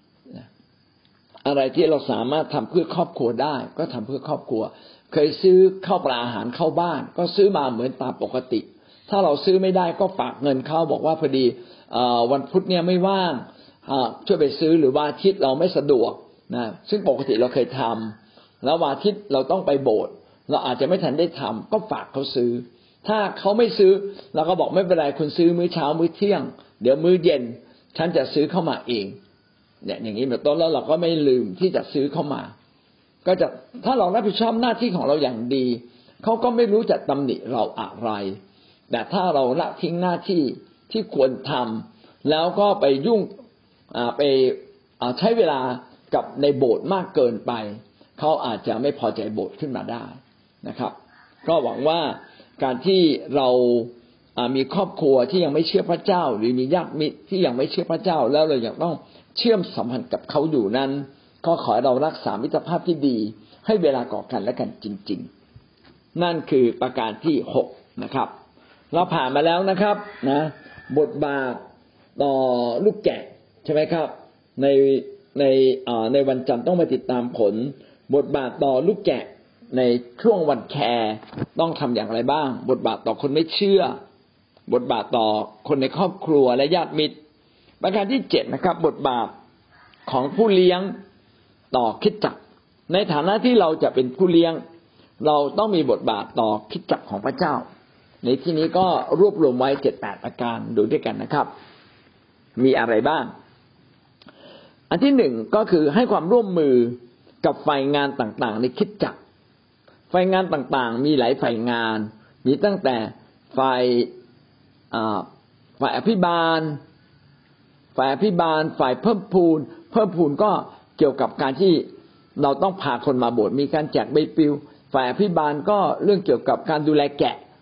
[SPEAKER 1] อะไรที่เราสามารถทำเพื่อครอบครัวได้ก็ทำเพื่อครอบครัวเคยซื้อข้าวปลาอาหารเข้าบ้านก็ซื้อมาเหมือนตามปกติถ้าเราซื้อไม่ได้ก็ฝากเงินเขาบอกว่าพอดีวันพุธเนี่ยไม่ว่างช่วยไปซื้อหรือวันอาทิตย์เราไม่สะดวกนะซึ่งปกติเราเคยทำแล้ววันอาทิตย์เราต้องไปโบสถ์เราอาจจะไม่ทันได้ทำก็ฝากเขาซื้อถ้าเขาไม่ซื้อเราก็บอกไม่เป็นไรคุณซื้อมื้อเช้ามื้อเที่ยงเดี๋ยวมื้อเย็นฉันจะซื้อเข้ามาเองเนี่ยอย่างนี้แบบต้นแล้วเราก็ไม่ลืมที่จะซื้อเข้ามาก็จะถ้าเรารับผิดชอบหน้าที่ของเราอย่างดีเขาก็ไม่รู้จะตำหนิเราอะไรแต่ถ้าเราละทิ้งหน้าที่ที่ควรทำแล้วก็ไปยุ่งไปใช้เวลากับในโบสถ์มากเกินไปเขาอาจจะไม่พอใจโบสถ์ขึ้นมาได้นะครับก็หวังว่าการที่เรามีครอบครัวที่ยังไม่เชื่อพระเจ้าหรือมีญาติมิตรที่ยังไม่เชื่อพระเจ้าแล้วเรายังต้องเชื่อมสัมพันธ์กับเขาอยู่นั้นก็ขอให้เรารักษามิตรภาพที่ดีให้เวลาก่อกันและกันจริงๆนั่นคือประการที่หกนะครับเราผ่านมาแล้วนะครับนะบทบาทต่อลูกแกะใช่ไหมครับในในในวันจันทร์ต้องมาติดตามผลบทบาทต่อลูกแกะในช่วงวันแคร์ต้องทำอย่างไรบ้างบทบาทต่อคนไม่เชื่อบทบาทต่อคนในครอบครัวและญาติมิตรประการที่เจ็ดนะครับบทบาทของผู้เลี้ยงต่อคริสตจักรในฐานะที่เราจะเป็นผู้เลี้ยงเราต้องมีบทบาทต่อคริสตจักรของพระเจ้าในที่นี้ก็รวบรวมไว้เจ็ดแปดประการดูด้วยกันนะครับมีอะไรบ้างอันที่หนึ่งก็คือให้ความร่วมมือกับฝ่ายงานต่างๆในคริสตจักรฝ่ายงานต่างๆมีหลายฝ่ายงานมีตั้งแต่ฝ่ายฝ่ายอภิบาลฝ่ายอภิบาลฝ่ายเพิ่มพูนเพิ่มพูนก็เกี่ยวกับการที่เราต้องพาคนมาโบสถ์มีการแจกใบปลิวฝ่ายอภิบาลก็เรื่องเกี่ยวกับการดูแลแกะ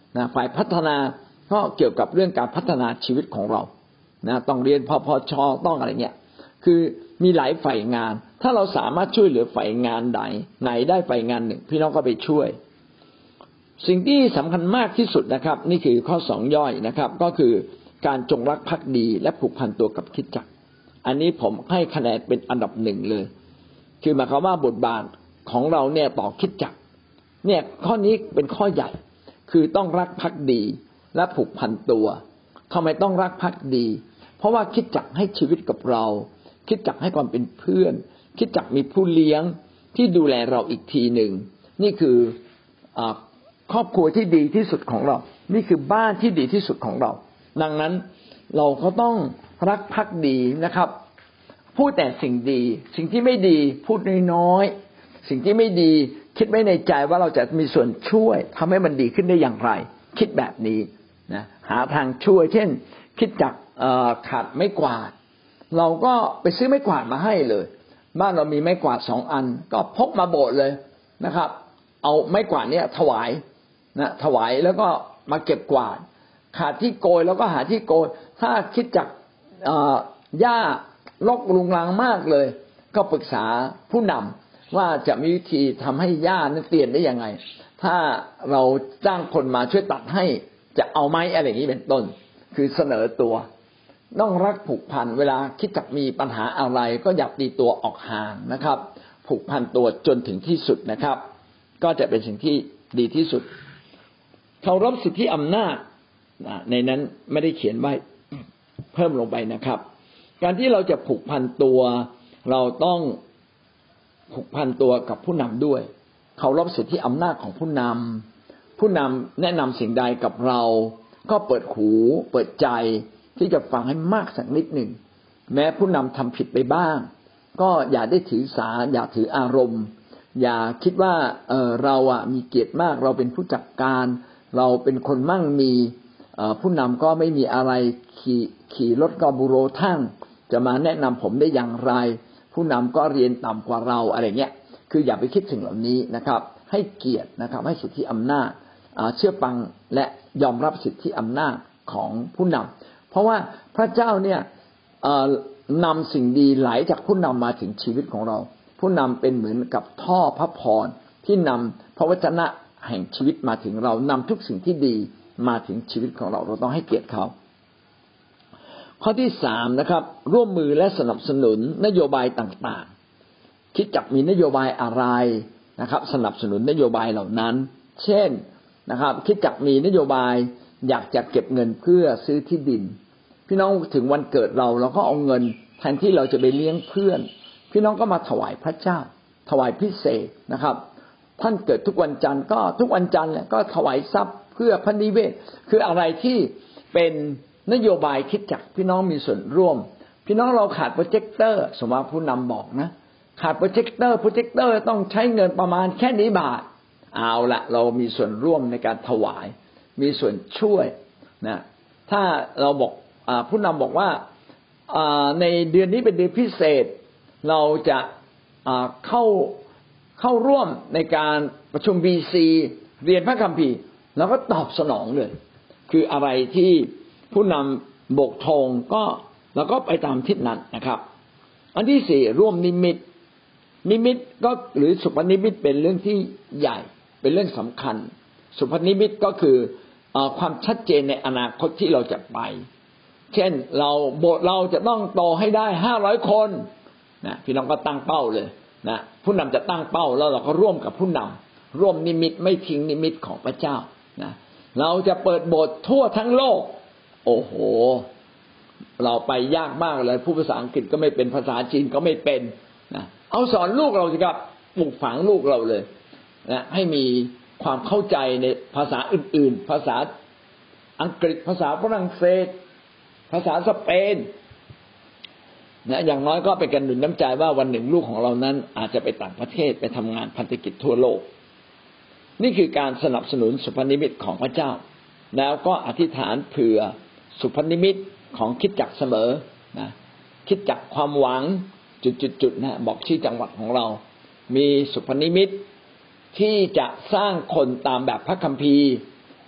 [SPEAKER 1] นะฝ่ายพัฒนาก็เกี่ยวกับเรื่องการพัฒนาชีวิตของเรานะต้องเรียนพพช.ต้องอะไรเงี้ยคือมีหลายฝ่ายงานถ้าเราสามารถช่วยเหลือฝ่ายงานใดไหนได้ฝ่ายงานหนึ่งพี่น้องก็ไปช่วยสิ่งที่สำคัญมากที่สุดนะครับนี่คือข้อสองย่อยนะครับก็คือการจงรักภักดีและผูกพันตัวกับคริสตจักรอันนี้ผมให้คะแนนเป็นอันดับหนึ่งเลยคือหมายความว่าบทบาทของเราเนี่ยต่อคริสตจักรเนี่ยข้อนี้เป็นข้อใหญ่คือต้องรักภักดีและผูกพันตัวทำไมต้องรักภักดีเพราะว่าคริสตจักรให้ชีวิตกับเราคริสตจักรให้ความเป็นเพื่อนคริสตจักรมีผู้เลี้ยงที่ดูแลเราอีกทีหนึ่งนี่คือครอบครัวที่ดีที่สุดของเรานี่คือบ้านที่ดีที่สุดของเราดังนั้นเราก็ต้องรักภักดีนะครับพูดแต่สิ่งดีสิ่งที่ไม่ดีพูดน้อยๆสิ่งที่ไม่ดีคิดไว้ในใจว่าเราจะมีส่วนช่วยทำให้มันดีขึ้นได้อย่างไรคิดแบบนี้นะหาทางช่วยเช่นคิดจากขาดไม้กวาดเราก็ไปซื้อไม้กวาดมาให้เลยบ้านเรามีไม้กวาดสองอันก็พกมาโบสถ์เลยนะครับเอาไม้กวาดเนี้ยถวายนะถวายแล้วก็มาเก็บกวาดขาดที่โกยแล้วก็หาที่โกยถ้าคิดจากหญ้ารกรุงรังมากเลยก็ปรึกษาผู้นำว่าจะมีวิธีทำให้หญ้านั้นเตียนได้ยังไงถ้าเราจ้างคนมาช่วยตัดให้จะเอาไหมอะไรอย่างนี้เป็นต้นคือเสนอตัวต้องรักผูกพันเวลาคิดจักมีปัญหาอะไรก็อย่าตีตัวออกห่างนะครับผูกพันตัวจนถึงที่สุดนะครับก็จะเป็นสิ่งที่ดีที่สุดเคารพสิทธิอำนาจในนั้นไม่ได้เขียนไว้เพิ่มลงไปนะครับการที่เราจะผูกพันตัวเราต้องผูกพันตัวกับผู้นำด้วยเคารพสิทธิอำนาจของผู้นำผู้นำแนะนำสิ่งใดกับเราก็เปิดหูเปิดใจที่จะฟังให้มากสักนิดหนึ่งแม้ผู้นำทำผิดไปบ้างก็อย่าได้ถือสาอย่าถืออารมณ์อย่าคิดว่าเออเราอ่ะมีเกียรติมากเราเป็นผู้จัดการเราเป็นคนมั่งมีผู้นำก็ไม่มีอะไรขี่ขี่รถกอบูโรทั่งจะมาแนะนำผมได้อย่างไรผู้นำก็เรียนต่ำกว่าเราอะไรเงี้ยคืออย่าไปคิดถึงเหล่านี้นะครับให้เกียรตินะครับให้สิทธิอำนาจเชื่อฟังและยอมรับสิทธิอำนาจของผู้นำเพราะว่าพระเจ้าเนี่ยนำสิ่งดีไหลจากผู้นำมาถึงชีวิตของเราผู้นำเป็นเหมือนกับท่อพระพรที่นำพระวจนะแห่งชีวิตมาถึงเรานำทุกสิ่งที่ดีมาถึงชีวิตของเราเราต้องให้เกียรติเขาข้อที่สามนะครับร่วมมือและสนับสนุนนโยบายต่างๆคิดจักมีนโยบายอะไรนะครับสนับสนุนนโยบายเหล่านั้นเช่นนะครับคิดจักมีนโยบายอยากจะเก็บเงินเพื่อซื้อที่ดินพี่น้องถึงวันเกิดเราเราก็เอาเงินแทนที่เราจะไปเลี้ยงเพื่อนพี่น้องก็มาถวายพระเจ้าถวายพิเศษนะครับท่านเกิดทุกวันจันทร์ก็ทุกวันจันทร์แหละก็ถวายทรัพย์เพื่อพระนิเวศคืออะไรที่เป็นนโยบายคิดจักพี่น้องมีส่วนร่วมพี่น้องเราขาดโปรเจคเตอร์สมมติผู้นำบอกนะขาดโปรเจคเตอร์โปรเจคเตอร์ต้องใช้เงินประมาณแค่นี้บาทเอาละเรามีส่วนร่วมในการถวายมีส่วนช่วยนะถ้าเราบอกผู้นำบอกว่าในเดือนนี้เป็นเดือนพิเศษเราจะเข้าเข้าร่วมในการประชุม บี ซี เรียนพระคัมภีร์แล้วก็ตอบสนองเลยคืออะไรที่ผู้นำโบกธงก็เราก็ไปตามทิศนั้นนะครับอันที่สี่ร่วมนิมิตนิมิตก็หรือสุพนิมิตเป็นเรื่องที่ใหญ่เป็นเรื่องสำคัญสุพนิมิตก็คือความชัดเจนในอนาคตที่เราจะไปเช่นเราโบสถ์เราจะต้องโตให้ได้ห้าร้อยคนนะพี่น้องก็ตั้งเป้าเลยนะผู้นำจะตั้งเป้าแล้วเราก็ร่วมกับผู้นำร่วมนิมิตไม่ทิ้งนิมิตของพระเจ้านะเราจะเปิดโบสถ์ทั่วทั้งโลกโอ้โหเราไปยากมากเลยผู้ภาษาอังกฤษก็ไม่เป็นภาษาจีนก็ไม่เป็นนะเอาสอนลูกเราสิครับปลูกฝังลูกเราเลยนะให้มีความเข้าใจในภาษาอื่นๆภาษาอังกฤษภาษาฝรั่งเศสภาษาสเปนนะอย่างน้อยก็เป็นการหนุนน้ำใจว่าวันหนึ่งลูกของเรานั้นอาจจะไปต่างประเทศไปทำงานพันธกิจทั่วโลกนี่คือการสนับสนุนสุพนิมิตของพระเจ้าแล้วก็อธิษฐานเผื่อสุพนิมิตของคริสตจักรเสมอนะคริสตจักรความหวังจุดๆๆนะบอกชื่อจังหวัดของเรามีสุพนิมิตที่จะสร้างคนตามแบบพระคัมภีร์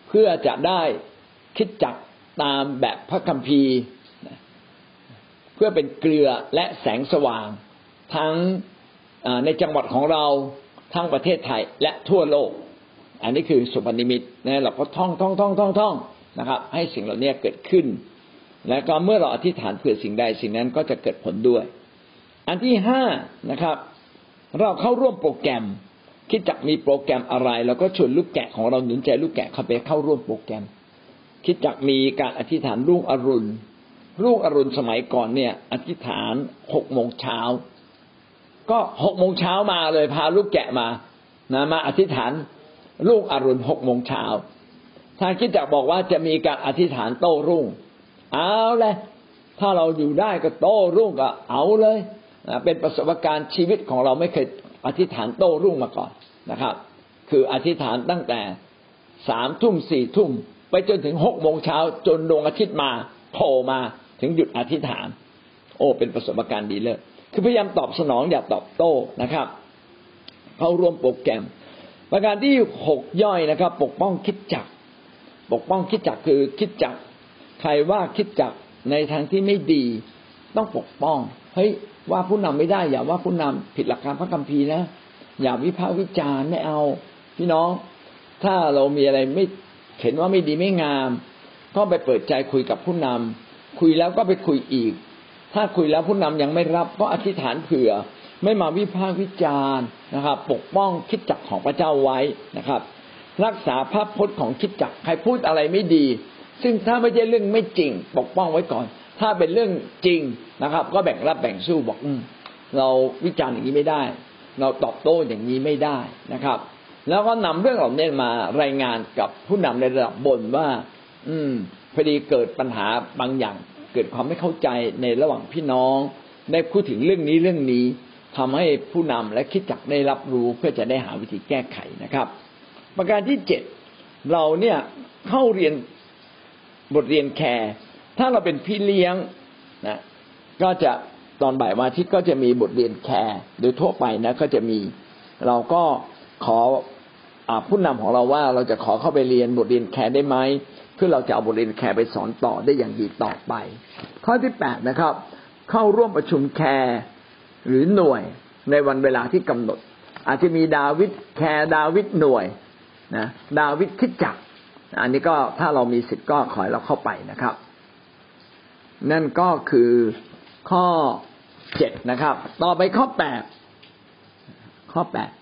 [SPEAKER 1] เพื่อจะได้คริสตจักรตามแบบพระคัมภีร์เพื่อเป็นเกลือและแสงสว่างทั้งในจังหวัดของเราทั้งประเทศไทยและทั่วโลกอันนี้คือสุพรรณนิมิตนะเราก็ท่องท่องท่องท่องท่องนะครับให้สิ่งเหล่านี้เกิดขึ้นและก็เมื่อเราอธิษฐานเผื่อสิ่งใดสิ่งนั้นก็จะเกิดผลด้วยอันที่ห้านะครับเราเข้าร่วมโปรแกรมคิดจักมีโปรแกรมอะไรเราก็ชวนลูกแกะของเราหนุนใจลูกแกะเข้าไปเข้าร่วมโปรแกรมคิดจักมีการอธิษฐานรุ่งอรุณรุ่งอรุณสมัยก่อนเนี่ยอธิษฐานหกโมงเช้าก็หกโมงเช้ามาเลยพาลูกแกะมานะมาอธิษฐานรุ่งอรุณหกโมงเช้าทางคิดจักบอกว่าจะมีการอธิษฐานโต้รุ่งเอาเลยถ้าเราอยู่ได้ก็โต้รุ่งก็เอาเลยนะเป็นประสบการณ์ชีวิตของเราไม่เคยอธิษฐานโต้รุ่งมาก่อนนะครับคืออธิษฐานตั้งแต่สามทุ่มสี่ทุ่มไปจนถึงหกโมงเช้าจนดวงอาทิตย์มาโผล่มาถึงหยุดอธิษฐานโอ้เป็นประสบการณ์ดีเลยคือพยายามตอบสนองอย่าตอบโต้นะครับเข้าร่วมโปรแกรมประการที่หกย่อยนะครับปกป้องคริสตจักรปกป้องคริสตจักรคือคริสตจักรใครว่าคริสตจักรในทางที่ไม่ดีต้องปกป้องเฮ้ยว่าผู้นำไม่ได้อย่าว่าผู้นำผิดหลักการพระคัมภีร์นะอย่าวิพากษ์วิจารณ์ไม่เอาพี่น้องถ้าเรามีอะไรไม่เห็นว่าไม่ดีไม่งามก็ไปเปิดใจคุยกับผู้นำคุยแล้วก็ไปคุยอีกถ้าคุยแล้วผู้นำยังไม่รับก็อธิษฐานเผื่อไม่มาวิพากษ์วิจารณ์นะครับปกป้องคริสตจักรของพระเจ้าไว้นะครับรักษาภาพพจน์ของคริสตจักรใครพูดอะไรไม่ดีซึ่งถ้าไม่ใช่เรื่องไม่จริงปกป้องไว้ก่อนถ้าเป็นเรื่องจริงนะครับก็แบ่งรับแบ่งสู้บอกอืมเราวิจารณ์อย่างนี้ไม่ได้เราตอบโต้อย่างนี้ไม่ได้นะครับแล้วก็นำเรื่องเหล่านี้มารายงานกับผู้นำในระดับบนว่าอืมพอดีเกิดปัญหาบางอย่างเกิดความไม่เข้าใจในระหว่างพี่น้องได้พูดถึงเรื่องนี้เรื่องนี้ทำให้ผู้นำและคริสตจักรได้รับรู้เพื่อจะได้หาวิธีแก้ไขนะครับประการที่เจ็ดเราเนี่ยเข้าเรียนบทเรียนแคร์ถ้าเราเป็นพี่เลี้ยงนะก็จะตอนบ่ายวันอาทิตย์ก็จะมีบทเรียนแคร์โดยทั่วไปนะก็จะมีเราก็ขอผู้นำของเราว่าเราจะขอเข้าไปเรียนบทเรียนแคร์ได้ไหมเพื่อเราจะเอาบทเรียนแคร์ไปสอนต่อได้อย่างดีต่อไปข้อที่แปดนะครับเข้าร่วมประชุมแคร์หรือหน่วยในวันเวลาที่กำหนดอาจจะมีดาวิดแคร์ดาวิดหน่วยนะดาวิดคริสตจักรอันนี้ก็ถ้าเรามีสิทธิ์ก็ขอให้เราเข้าไปนะครับนั่นก็คือข้อเจ็ดนะครับต่อไปข้อแปดข้อแปด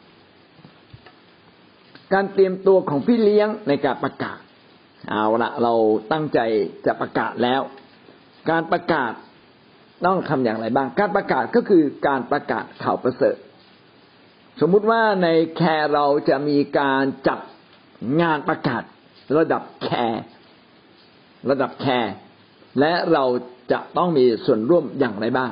[SPEAKER 1] การเตรียมตัวของพี่เลี้ยงในการประกาศเอาละเราตั้งใจจะประกาศแล้วการประกาศต้องทำอย่างไรบ้างการประกาศก็คือการประกาศข่าวประเสริฐสมมุติว่าในแคร์เราจะมีการจัดงานประกาศระดับแคร์ระดับแคร์และเราจะต้องมีส่วนร่วมอย่างไรบ้าง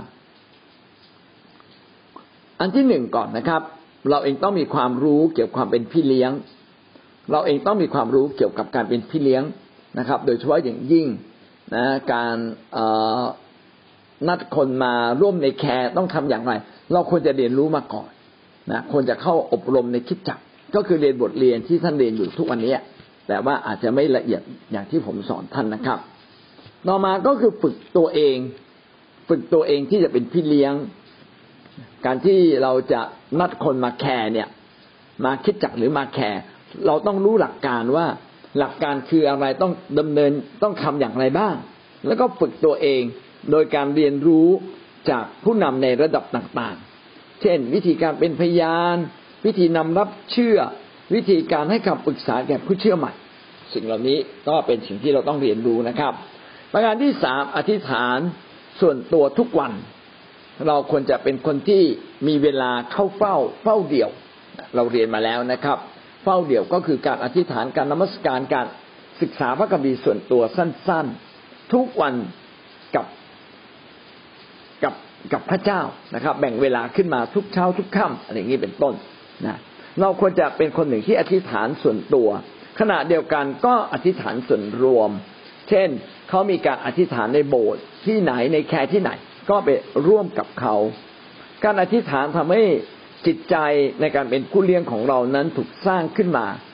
[SPEAKER 1] อันที่หนึ่งก่อนนะครับเราเองต้องมีความรู้เกี่ยวกับความเป็นพี่เลี้ยงเราเองต้องมีความรู้เกี่ยวกับการเป็นพี่เลี้ยงนะครับโดยเฉพาะอย่างยิ่งนะการนัดคนมาร่วมในแคร์ต้องทำอย่างไรเราควรจะเรียนรู้มาก่อนนะควรจะเข้าอบรมในคริสตจักรก็คือเรียนบทเรียนที่ท่านเรียนอยู่ทุกวันนี้แต่ว่าอาจจะไม่ละเอียดอย่างที่ผมสอนท่านนะครับต่อมาก็คือฝึกตัวเองฝึกตัวเองที่จะเป็นพี่เลี้ยงการที่เราจะนัดคนมาแคร์เนี่ยมาคริสตจักรหรือมาแคร์เราต้องรู้หลักการว่าหลักการคืออะไรต้องดำเนินต้องทำอย่างไรบ้างแล้วก็ฝึกตัวเองโดยการเรียนรู้จากผู้นำในระดับต่างๆเช่นวิธีการเป็นพยานวิธีนำรับเชื่อวิธีการให้คำปรึกษาแก่ผู้เชื่อใหม่สิ่งเหล่านี้ก็เป็นสิ่งที่เราต้องเรียนรู้นะครับประการที่สามอธิษฐานส่วนตัวทุกวันเราควรจะเป็นคนที่มีเวลาเข้าเฝ้าเฝ้าเดี่ยวเราเรียนมาแล้วนะครับเฝ้าเดี่ยวก็คือการอธิษฐานการนมัสการการศึกษาพระคัมภีร์ส่วนตัวสั้นๆทุกวันกับกับกับพระเจ้านะครับแบ่งเวลาขึ้นมาทุกเช้าทุกค่ำอะไรอย่างนี้เป็นต้นนะเราควรจะเป็นคนหนึ่งที่อธิษฐานส่วนตัวขณะเดียวกันก็อธิษฐานส่วนรวมเช่นเขามีการอธิษฐานในโบสถ์ที่ไหนในแคร์ที่ไหนก็ไปร่วมกับเขาการอธิษฐานทำให้จิตใจในการเป็นผู้เลี้ยงของเรานั้นถูกสร้างขึ้นมา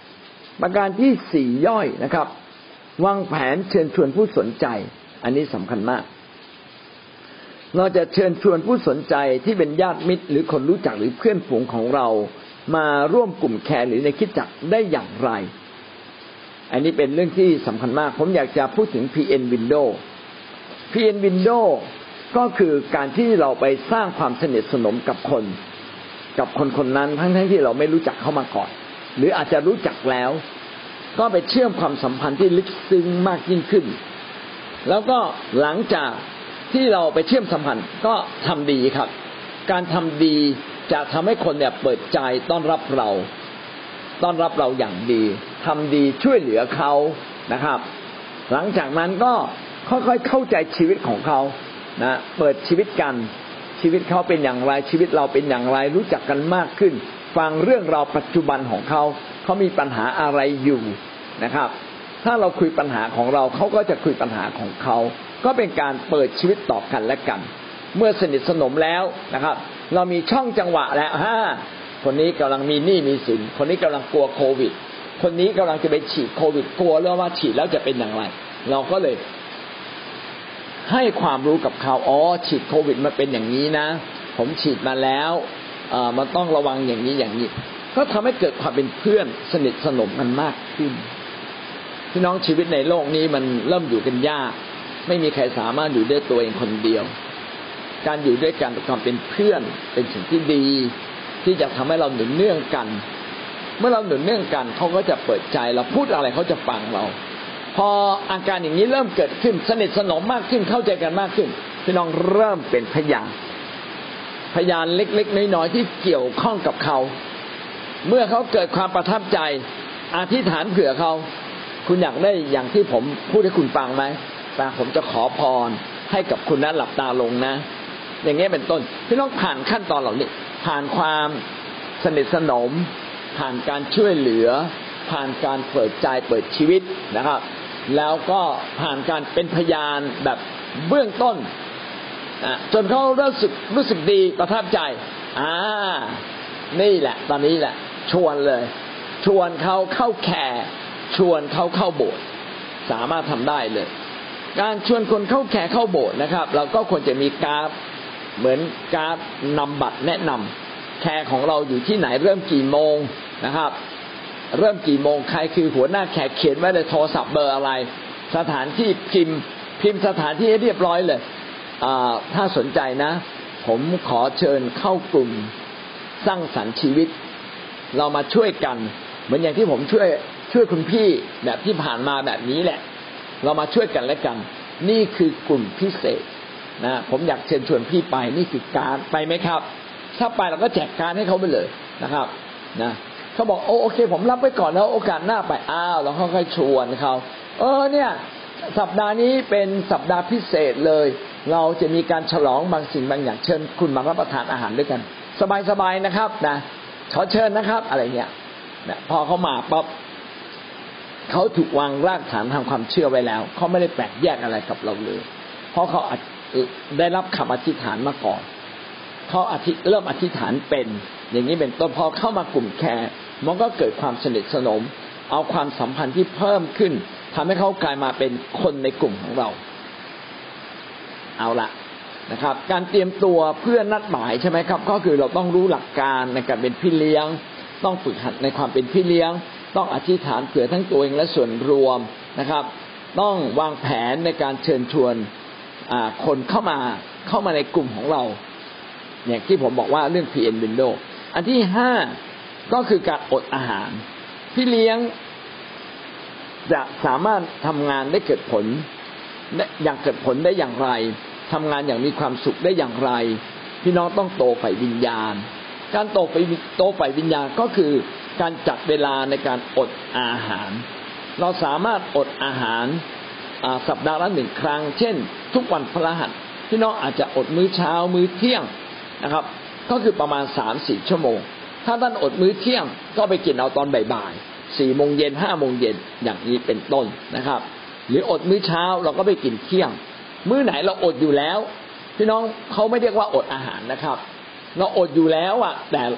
[SPEAKER 1] ประการที่สี่ย่อยนะครับวางแผนเชิญชวนผู้สนใจอันนี้สำคัญมากเราจะเชิญชวนผู้สนใจที่เป็นญาติมิตรหรือคนรู้จักหรือเพื่อนฝูงของเรามาร่วมกลุ่มแคร์หรือในคริสตจักรได้อย่างไรอันนี้เป็นเรื่องที่สำคัญมากผมอยากจะพูดถึง พี เอ็น Window พี เอ็น Window ก็คือการที่เราไปสร้างความสนิทสนมกับคนกับคนคนนั้นทั้งๆที่เราไม่รู้จักเขามาก่อนหรืออาจจะรู้จักแล้วก็ไปเชื่อมความสัมพันธ์ที่ลึกซึ้งมากยิ่งขึ้นแล้วก็หลังจากที่เราไปเชื่อมสัมพันธ์ก็ทำดีครับการทำดีจะทำให้คนเนี่ยเปิดใจต้อนรับเราต้อนรับเราอย่างดีทำดีช่วยเหลือเขานะครับหลังจากนั้นก็ค่อยๆเข้าใจชีวิตของเขานะเปิดชีวิตกันชีวิตเขาเป็นอย่างไรชีวิตเราเป็นอย่างไรรู้จักกันมากขึ้นฟังเรื่องราวปัจจุบันของเขาเขามีปัญหาอะไรอยู่นะครับถ้าเราคุยปัญหาของเราเขาก็จะคุยปัญหาของเขาก็เป็นการเปิดชีวิตต่อกันและกันเมื่อสนิทสนมแล้วนะครับเรามีช่องจังหวะแล้วฮะคนนี้กำลังมีหนี้มีสินคนนี้กำลังกลัวโควิดคนนี้กำลังจะไปฉีดโควิดกลัวเรื่องว่าฉีดแล้วจะเป็นอย่างไรเราก็เลยให้ความรู้กับเขาอ๋อฉีดโควิดมาเป็นอย่างนี้นะผมฉีดมาแล้วเอ่อมันต้องระวังอย่างนี้อย่างนี้ก็ทำให้เกิดความเป็นเพื่อนสนิทสนมกันมากขึ้นพี่น้องชีวิตในโลกนี้มันเริ่มอยู่กันยากไม่มีใครสามารถอยู่ด้วยตัวเองคนเดียวการอยู่ด้วยกันความเป็นเพื่อนเป็นสิ่งที่ดีที่จะทำให้เราหนุนเนื่องกันเมื่อเราหนุนเนื่องกันเขาก็จะเปิดใจเราพูดอะไรเขาจะฟังเราพออาการอย่างนี้เริ่มเกิดขึ้นสนิทสนมมากขึ้นเข้าใจกันมากขึ้นพี่น้องเริ่มเป็นพยานพยานเล็กๆน้อยๆที่เกี่ยวข้องกับเขาเมื่อเขาเกิดความประทับใจอธิษฐานเผื่อเขาคุณอยากได้อย่างที่ผมพูดให้คุณฟังไหมแต่ผมจะขอพรให้กับคุณนะหลับตาลงนะอย่างนี้เป็นต้นพี่น้องผ่านขั้นตอนเหล่านี้ผ่านความสนิทสนมผ่านการช่วยเหลือผ่านการเปิดใจเปิดชีวิตนะครับแล้วก็ผ่านการเป็นพยานแบบเบื้องต้นจนเขารู้สึกรู้สึกดีประทับใจอ่านี่แหละตอนนี้แหละชวนเลยชวนเขาเข้าแคร์ชวนเขาเข้าโบสถ์สามารถทำได้เลยการชวนคนเข้าแคร์เข้าโบสถ์นะครับเราก็ควรจะมีการ์ดเหมือนการ์ดนำบัตรแนะนำแคร์ของเราอยู่ที่ไหนเริ่มกี่โมงนะครับเริ่มกี่โมงใครคือหัวหน้าแขกเขียนไว้ในโทรศัพท์เบอร์อะไรสถานที่พิมพ์พิมพ์สถานที่ให้เรียบร้อยเลยถ้าสนใจนะผมขอเชิญเข้ากลุ่มสร้างสรรค์ชีวิตเรามาช่วยกันเหมือนอย่างที่ผมช่วยช่วยคุณพี่แบบที่ผ่านมาแบบนี้แหละเรามาช่วยกันและกันนี่คือกลุ่มพิเศษนะผมอยากเชิญชวนพี่ไปนี่คือการไปไหมครับถ้าไปเราก็แจกการให้เขาไปเลยนะครับนะเขาบอกโอโอเคผมรับไว้ก่อนแล้วโอกาสหน้าไปอ้าวเราค่อยๆชวนเขาเออเนี่ยสัปดาห์นี้เป็นสัปดาห์พิเศษเลยเราจะมีการฉลองบางสิ่งบางอย่างเชิญคุณมารับประทานอาหารด้วยกันสบายๆนะครับนะขอเชิญนะครับอะไรเงี้ยนะพอเขามาปั๊บเขาถูกวางรากฐานทางความเชื่อไว้แล้วเขาไม่ได้แปลกแยกอะไรกับเราเลยเพราะเขาได้รับคำอธิษฐานมาก่อนเขาอธิเริ่มอธิษฐานเป็นอย่างนี้เป็นต้นพอเข้ามากลุ่มแคร์มันก็เกิดความสนิทสนมเอาความสัมพันธ์ที่เพิ่มขึ้นทำให้เขากลายมาเป็นคนในกลุ่มของเราเอาละนะครับการเตรียมตัวเพื่อนัดหมายใช่ไหมครับก็คือเราต้องรู้หลักการในการเป็นพี่เลี้ยงต้องฝึกหัดในความเป็นพี่เลี้ยงต้องอธิษฐานเผื่อทั้งตัวเองและส่วนรวมนะครับต้องวางแผนในการเชิญชวนคนเข้ามาเข้ามาในกลุ่มของเราอย่างที่ผมบอกว่าเรื่อง พี เอ็น Window อันที่ห้าก็คือการอดอาหารพี่เลี้ยงจะสามารถทำงานได้เกิดผลอย่างเกิดผลได้อย่างไรทำงานอย่างมีความสุขได้อย่างไรพี่น้องต้องโตฝ่ายวิญญาณการโตไปโตฝ่ายวิญญาณก็คือการจัดเวลาในการอดอาหารเราสามารถอดอาหารสัปดาห์ละหนึ่งครั้งเช่นทุกวันพฤหัสพี่น้องอาจจะอดมื้อเช้ามื้อเที่ยงนะครับก็คือประมาณ สามถึงสี่ ชั่วโมงถ้าท่านอดมื้อเที่ยงก็ไปกินเอาตอนบ่ายๆ สี่โมงเย็น ห้าโมงเย็นอย่างนี้เป็นต้นนะครับหรืออดมื้อเช้าเราก็ไปกินเที่ยงมื้อไหนเราอดอยู่แล้วพี่น้องเขาไม่เรียกว่าอดอาหารนะครับเราอดอยู่แล้วอ่ะแต่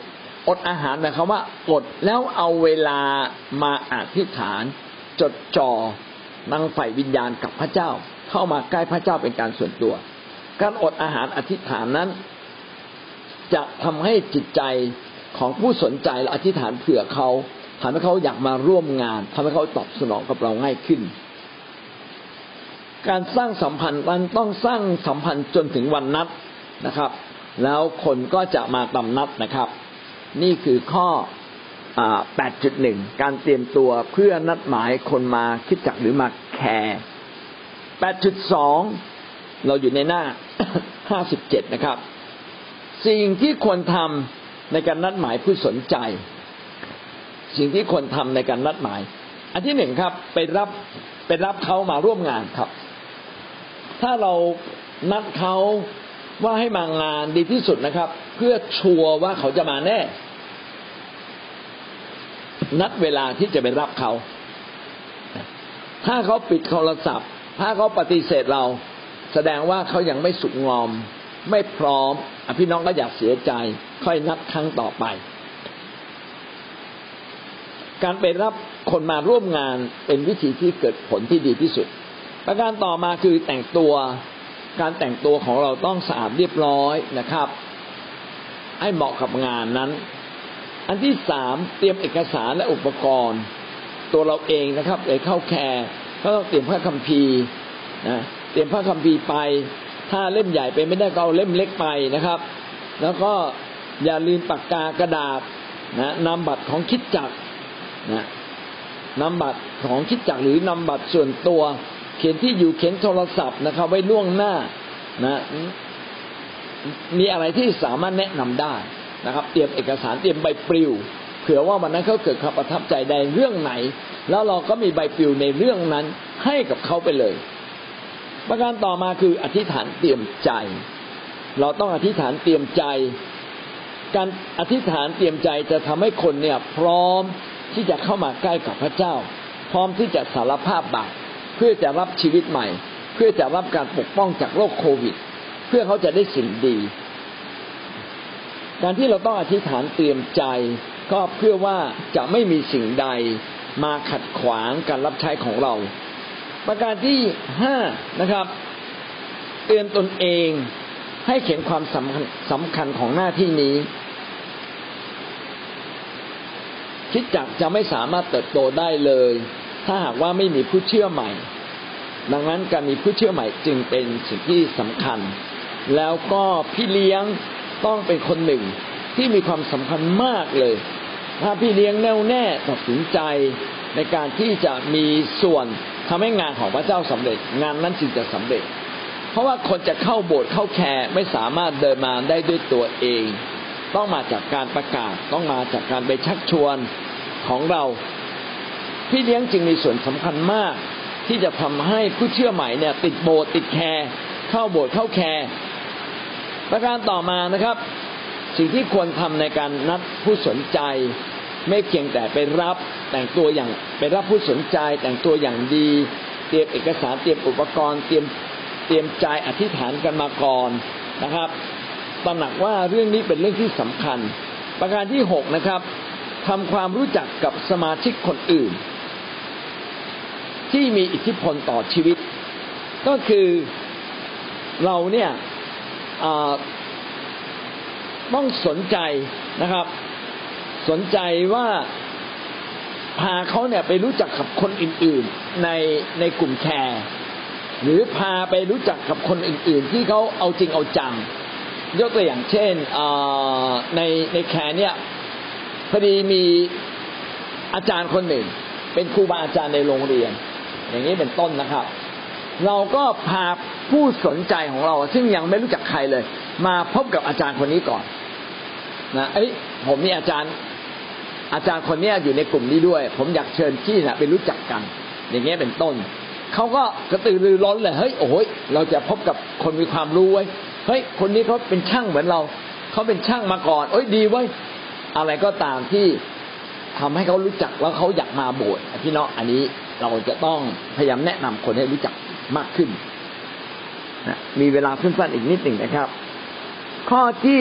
[SPEAKER 1] อดอาหารหมายความว่าอดแล้วเอาเวลามาอธิษฐานจดจ่อนั่งใฝ่วิญญาณกับพระเจ้าเข้ามาใกล้พระเจ้าเป็นการส่วนตัวการอดอาหารอธิษฐานนั้นจะทำให้จิตใจของผู้สนใจและอธิษฐานเผื่อเขาทำให้เขาอยากมาร่วมงานทำให้เขาตอบสนองกับเราง่ายขึ้นการสร้างสัมพันธ์นั้นต้องสร้างสัมพันธ์จนถึงวันนัดนะครับแล้วคนก็จะมาตามนัดนะครับนี่คือข้อ แปดจุดหนึ่ง การเตรียมตัวเพื่อนัดหมายคนมาคริสตจักรหรือมาแคร์ แปดจุดสอง เราอยู่ในหน้า ห้าสิบเจ็ดนะครับสิ่งที่ควรทำในการนัดหมายผู้สนใจสิ่งที่ควรทำในการนัดหมายอันที่หนึ่งครับไปรับไปรับเขามาร่วมงานครับถ้าเรานัดเขาว่าให้มางานดีที่สุดนะครับเพื่อชัวร์ว่าเขาจะมาแน่นัดเวลาที่จะไปรับเขาถ้าเขาปิดโทรศัพท์ถ้าเขาปฏิเสธเราแสดงว่าเขายังไม่สุขงอมไม่พร้อมพี่น้องก็อย่าเสียใจค่อยนัดครั้งต่อไปการไปรับคนมาร่วมงานเป็นวิธีที่เกิดผลที่ดีที่สุดประการต่อมาคือแต่งตัวการแต่งตัวของเราต้องสะอาดเรียบร้อยนะครับให้เหมาะกับงานนั้นอันที่สามเตรียมเอกสารและอุปกรณ์ตัวเราเองนะครับไปเข้าแคร์ก็ต้องเตรียมพระคัมภีร์นะเตรียมพระคัมภีร์ไปถ้าเล่มใหญ่ไปไม่ได้ก็เอาเล่มเล็กไปนะครับแล้วก็อย่าลืมปากกากระดาษนะนามบัตรของคริสตจักรนะนามบัตรของคริสตจักรหรือนามบัตรส่วนตัวเขียนที่อยู่เขียนโทรศัพท์นะครับไว้ล่วงหน้านะมีอะไรที่สามารถแนะนำได้นะครับเตรียมเอกสารเตรียมใบปลิวเผื่อว่าวันนั้นเขาเกิดความประทับใจในเรื่องไหนแล้วเราก็มีใบปลิวในเรื่องนั้นให้กับเขาไปเลยประการต่อมาคืออธิษฐานเตรียมใจเราต้องอธิษฐานเตรียมใจการอธิษฐานเตรียมใจจะทำให้คนเนี่ยพร้อมที่จะเข้ามาใกล้กับพระเจ้าพร้อมที่จะสารภาพบาปเพื่อจะรับชีวิตใหม่เพื่อจะรับการปกป้องจากโรคโควิดเพื่อเขาจะได้สิ่งดีการที่เราต้องอธิษฐานเตรียมใจก็เพื่อว่าจะไม่มีสิ่งใดมาขัดขวางการรับใช้ของเราประการที่ห้านะครับเตือนตนเองให้เห็นความสำคัญสำคัญของหน้าที่นี้คริสตจักรจะไม่สามารถเติบโตได้เลยถ้าหากว่าไม่มีผู้เชื่อใหม่ดังนั้นการมีผู้เชื่อใหม่จึงเป็นสิ่งที่สำคัญแล้วก็พี่เลี้ยงต้องเป็นคนหนึ่งที่มีความสำคัญมากเลยถ้าพี่เลี้ยงแน่วแน่ตัดสินใจในการที่จะมีส่วนทำให้งานของพระเจ้าสำเร็จงานนั้นจึงจะสำเร็จเพราะว่าคนจะเข้าโบสถ์เข้าแคร์ไม่สามารถเดินมาได้ด้วยตัวเองต้องมาจากการประกาศต้องมาจากการไปชักชวนของเราพี่เลี้ยงจึงมีส่วนสำคัญมากที่จะทำให้ผู้เชื่อใหม่เนี่ยติดโบสถ์ติดแคร์เข้าโบสถ์เข้าแคร์ประการต่อมานะครับสิ่งที่ควรทำในการนัดผู้สนใจไม่เพียงแต่ไปรับแต่งตัวอย่างไปรับผู้สนใจแต่งตัวอย่างดีเตรียมเอกสารเตรียมอุปกรณ์เตรียมเตรียมใจอธิษฐานกันมาก่อนนะครับตระหนักว่าเรื่องนี้เป็นเรื่องที่สำคัญประการที่หกนะครับทำความรู้จักกับสมาชิกคนอื่นที่มีอิทธิพลต่อชีวิตก็คือเราเนี่ยต้องสนใจนะครับสนใจว่าพาเขาเนี่ยไปรู้จักกับคนอื่นๆในในกลุ่มแคร์หรือพาไปรู้จักกับคนอื่นๆที่เขาเอาจริงเอาจังยกตัวอย่างเช่นในในแคร์เนี่ยพอดีมีอาจารย์คนหนึ่งเป็นครูบาอาจารย์ในโรงเรียนอย่างนี้เป็นต้นนะครับเราก็พาผู้สนใจของเราซึ่งยังไม่รู้จักใครเลยมาพบกับอาจารย์คนนี้ก่อนนะเอ้ยผมมีอาจารย์อาจารย์คนนี้อยู่ในกลุ่มนี้ด้วยผมอยากเชิญพี่นะไปรู้จักกันอย่างเงี้ยเป็นต้นเขาก็กระตือรือร้นเลยเฮ้ยโอ้ยเราจะพบกับคนมีความรู้ไว้เฮ้ยคนนี้เขาเป็นช่างเหมือนเราเขาเป็นช่างมาก่อนเอ้ยดีไว้อะไรก็ตามที่ทำให้เขารู้จักแล้วเขาอยากมาโบสถ์พี่น้องอันนี้เราจะต้องพยายามแนะนำคนให้รู้จักมากขึ้นนะมีเวลาสั้นๆอีกนิดหนึ่งนะครับข้อที่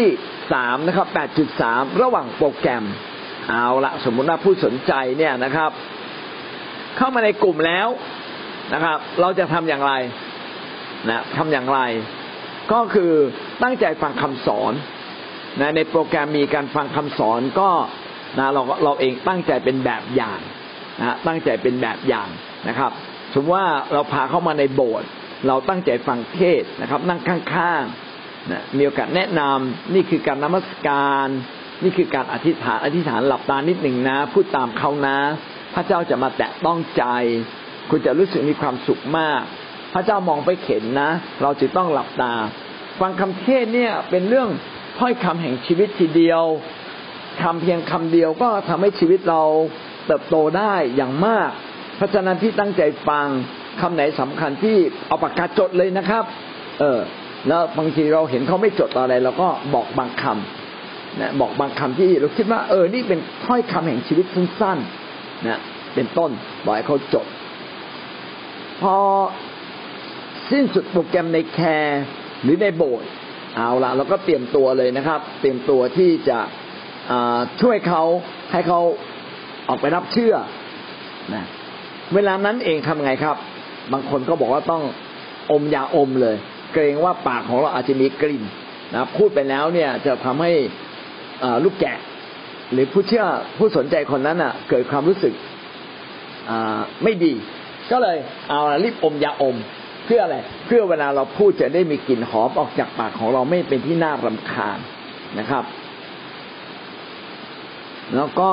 [SPEAKER 1] สาม นะครับ แปดจุดสาม ระหว่างโปรแกรมเอาละสมมุติว่าผู้สนใจเนี่ยนะครับเข้ามาในกลุ่มแล้วนะครับเราจะทำอย่างไรนะทำอย่างไรก็คือตั้งใจฟังคำสอนนะในโปรแกรมมีการฟังคำสอนก็นะเราเราเองตั้งใจเป็นแบบอย่างนะตั้งใจเป็นแบบอย่างนะครับสมมติว่าเราพาเข้ามาในโบสถ์เราตั้งใจฟังเทศนะครับนั่งข้างๆนะมีโอกาสแนะนำนี่คือการนมัสการนี่คือการอธิษฐานอธิษฐานหลับตานิดหนึ่งนะพูดตามเขานะพระเจ้าจะมาแตะต้องใจคุณจะรู้สึกมีความสุขมากพระเจ้ามองไปเห็นนะเราจะต้องหลับตาฟังคำเทศเนี่ยเป็นเรื่องถ้อยคำแห่งชีวิตทีเดียวคำเพียงคำเดียวก็ทำให้ชีวิตเราเติบโตได้อย่างมากเพราะฉะนั้นที่ตั้งใจฟังคำไหนสำคัญที่เอาปากกาจดเลยนะครับเออแล้วบางทีเราเห็นเขาไม่จดอะไรเราก็บอกบางคำนะบอกบางคำที่เราคิดว่าเออนี่เป็นถ้อยคำแห่งชีวิตสั้นๆนะเป็นต้นบอกให้เขาจดพอสิ้นสุดโปรแกรมในแคร์หรือในโบสถ์เอาละเราก็เตรียมตัวเลยนะครับเตรียมตัวที่จะช่วยเขาให้เขาออกไปรับเชื่อนะเวลานั้นเองทำไงครับบางคนก็บอกว่าต้องอมยาอมเลยเกรงว่าปากของเราอาจจะมีกลิ่นนะพูดไปแล้วเนี่ยจะทำให้ลูกแกะหรือผู้เชื่อผู้สนใจคนนั้นอ่ะเกิดความรู้สึกไม่ดีก็เลยเอารีบอมยาอมเพื่ออะไรเพื่อเวลาเราพูดจะได้มีกลิ่นหอมออกจากปากของเราไม่เป็นที่น่ารำคาญนะครับแล้วก็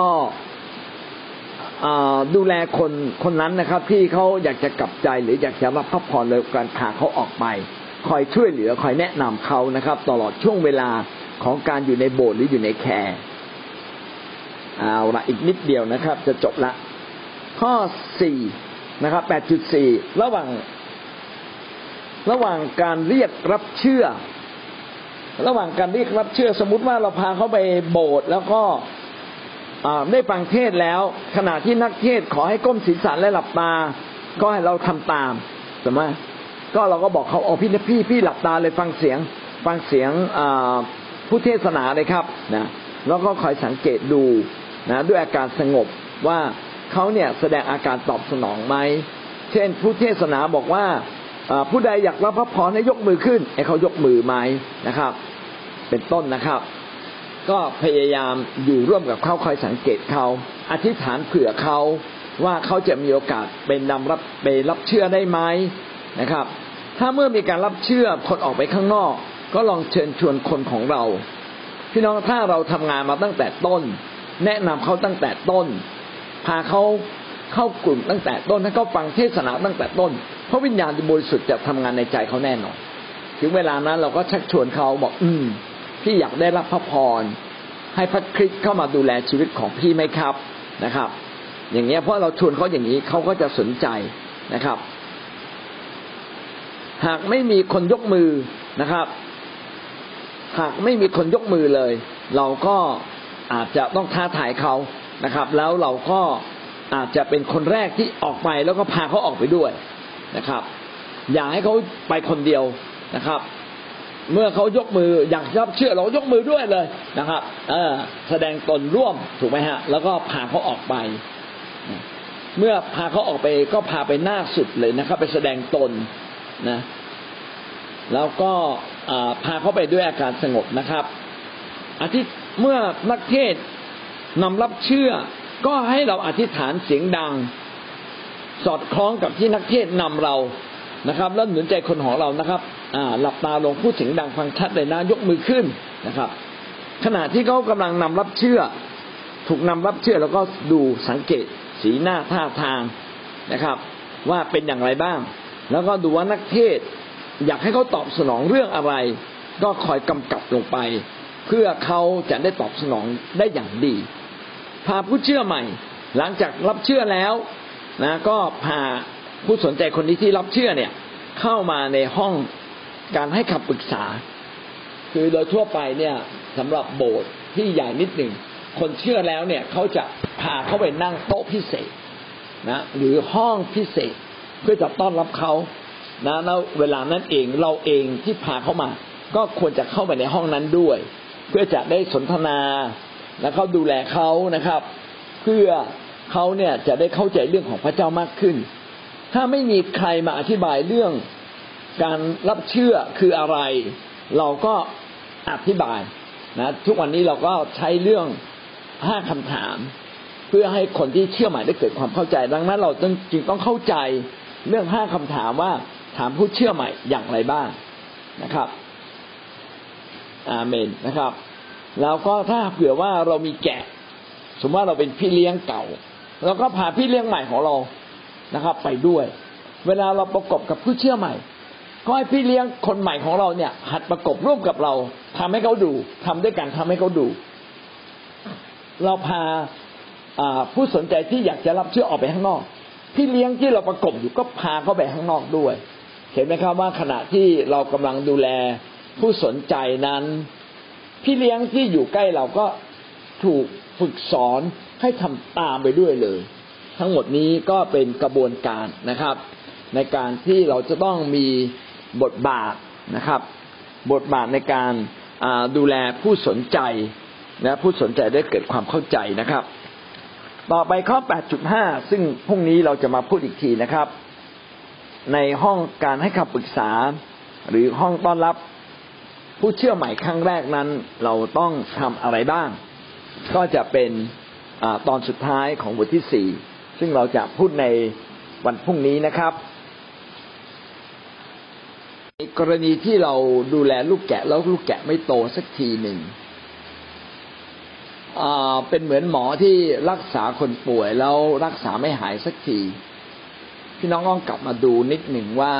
[SPEAKER 1] ดูแลคนคนนั้นนะครับที่เขาอยากจะกลับใจหรืออยากจะรับพระพรเลยการพาเขาออกไปคอยช่วยเหลือคอยแนะนำเขานะครับตลอดช่วงเวลาของการอยู่ในโบสถ์หรืออยู่ในแคร์เอาละอีกนิดเดียวนะครับจะจบละข้อสี่นะครับ แปดจุดสี่ ระหว่างระหว่างการเรียกรับเชื่อระหว่างการเรียกรับเชื่อสมมุติว่าเราพาเขาไปโบสถ์แล้วก็ได้ฟังเทศแล้วขณะที่นักเทศขอให้ก้มศีรษะและหลับตาก็ให้เราทำตามใช่ไหมก็เราก็บอกเขาอ๋อพี่พี่พี่หลับตาเลยฟังเสียงฟังเสียงผู้เทศนาเลยครับนะแล้วก็คอยสังเกตดูนะด้วยอาการสงบว่าเขาเนี่ยแสดงอาการตอบสนองไหมเช่นผู้เทศนาบอกว่าผู้ใดอยากรับพระพรให้ยกมือขึ้นให้เขายกมือไหมนะครับเป็นต้นนะครับก็พยายามอยู่ร่วมกับเขาคอยสังเกตเขาอธิษฐานเผื่อเขาว่าเขาจะมีโอกาสเป็นนำรับไปรับเชื่อได้ไหมนะครับถ้าเมื่อมีการรับเชื่อคนออกไปข้างนอกก็ลองเชิญชวนคนของเราพี่น้องถ้าเราทำงานมาตั้งแต่ต้นแนะนำเขาตั้งแต่ต้นพาเขาเข้ากลุ่มตั้งแต่ต้นให้เขาฟังเทศนาตั้งแต่ต้นเพราะวิญญาณบริสุทธิ์จะทำงานในใจเขาแน่นอนถึงเวลานั้นเราก็ชักชวนเขาบอกอืมพี่อยากได้รับพระพรให้พระคริสต์เข้ามาดูแลชีวิตของพี่ไหมครับนะครับอย่างเงี้ยเพราะเราชวนเขาอย่างนี้เขาก็จะสนใจนะครับหากไม่มีคนยกมือนะครับหากไม่มีคนยกมือเลยเราก็อาจจะต้องท้าทายเขานะครับแล้วเราก็อาจจะเป็นคนแรกที่ออกไปแล้วก็พาเขาออกไปด้วยนะครับอย่าให้เขาไปคนเดียวนะครับเมื่อเขายกมืออยากรับเชื่อเรายกมือด้วยเลยนะครับเออแสดงตนร่วมถูกไหมฮะแล้วก็พาเขาออกไปเมื่อพาเขาออกไปก็พาไปหน้าสุดเลยนะครับไปแสดงตนนะแล้วก็พาเขาไปด้วยอาการสงบนะครับอาทิตย์เมื่อนักเทศนำรับเชื่อก็ให้เราอธิษฐานเสียงดังสอดคล้องกับที่นักเทศนำเรานะครับแล้วหนุนใจคนของเรานะครับอ่าหลับตาลงพูดเสียงดังฟังชัดเลยนะยกมือขึ้นนะครับขณะที่เขากำลังนำรับเชื่อถูกนำรับเชื่อแล้วก็ดูสังเกตสีหน้าท่าทางนะครับว่าเป็นอย่างไรบ้างแล้วก็ดูว่านักเทศอยากให้เขาตอบสนองเรื่องอะไรก็คอยกำกับลงไปเพื่อเขาจะได้ตอบสนองได้อย่างดีพาผู้เชื่อใหม่หลังจากรับเชื่อแล้วนะก็พาผู้สนใจคนนี้ที่รับเชื่อเนี่ยเข้ามาในห้องการให้คำปรึกษาคือโดยทั่วไปเนี่ยสำหรับโบสถ์ที่ใหญ่นิดหนึ่งคนเชื่อแล้วเนี่ยเขาจะพาเขาไปนั่งโต๊ะพิเศษนะหรือห้องพิเศษเพื่อจะต้อนรับเขานะแล้วเวลานั้นเองเราเองที่พาเขามาก็ควรจะเข้าไปในห้องนั้นด้วยเพื่อจะได้สนทนาและเขาดูแลเขานะครับเพื่อเขาเนี่ยจะได้เข้าใจเรื่องของพระเจ้ามากขึ้นถ้าไม่มีใครมาอธิบายเรื่องการรับเชื่อคืออะไรเราก็อธิบายนะทุกวันนี้เราก็ใช้เรื่องห้าคำถามเพื่อให้คนที่เชื่อใหม่ได้เกิดความเข้าใจดังนั้นเราต้องจึงต้องเข้าใจเรื่องห้าคำถามว่าถามผู้เชื่อใหม่อย่างไรบ้างนะครับอาเมนนะครับแล้วก็ถ้าเผื่อว่าเรามีแกะสมมติว่าเราเป็นพี่เลี้ยงเก่าเราก็พาพี่เลี้ยงใหม่ของเรานะครับไปด้วยเวลาเราประกบกับผู้เชื่อใหม่ก็ให้พี่เลี้ยงคนใหม่ของเราเนี่ยหัดประกบร่วมกับเราทำให้เขาดูทำด้วยกันทำให้เขาดูเราพาผู้สนใจที่อยากจะรับเชื่อออกไปข้างนอกพี่เลี้ยงที่เราประกบอยู่ก็พาเขาไปข้างนอกด้วยเห็นไหมครับว่าขณะที่เรากำลังดูแลผู้สนใจนั้นพี่เลี้ยงที่อยู่ใกล้เราก็ถูกฝึกสอนให้ทำตามไปด้วยเลยทั้งหมดนี้ก็เป็นกระบวนการนะครับในการที่เราจะต้องมีบทบาทนะครับบทบาทในการดูแลผู้สนใจและผู้สนใจได้เกิดความเข้าใจนะครับต่อไปข้อ แปดจุดห้า ซึ่งพรุ่งนี้เราจะมาพูดอีกทีนะครับในห้องการให้คำปรึกษาหรือห้องต้อนรับผู้เชื่อใหม่ครั้งแรกนั้นเราต้องทำอะไรบ้างก็จะเป็นอ่าตอนสุดท้ายของบทที่สี่ซึ่งเราจะพูดในวันพรุ่งนี้นะครับกรณีที่เราดูแลลูกแกะแล้วลูกแกะไม่โตสักทีหนึ่งอ่าเป็นเหมือนหมอที่รักษาคนป่วยแล้วรักษาไม่หายสักทีพี่น้องต้องกลับมาดูนิดหนึ่งว่า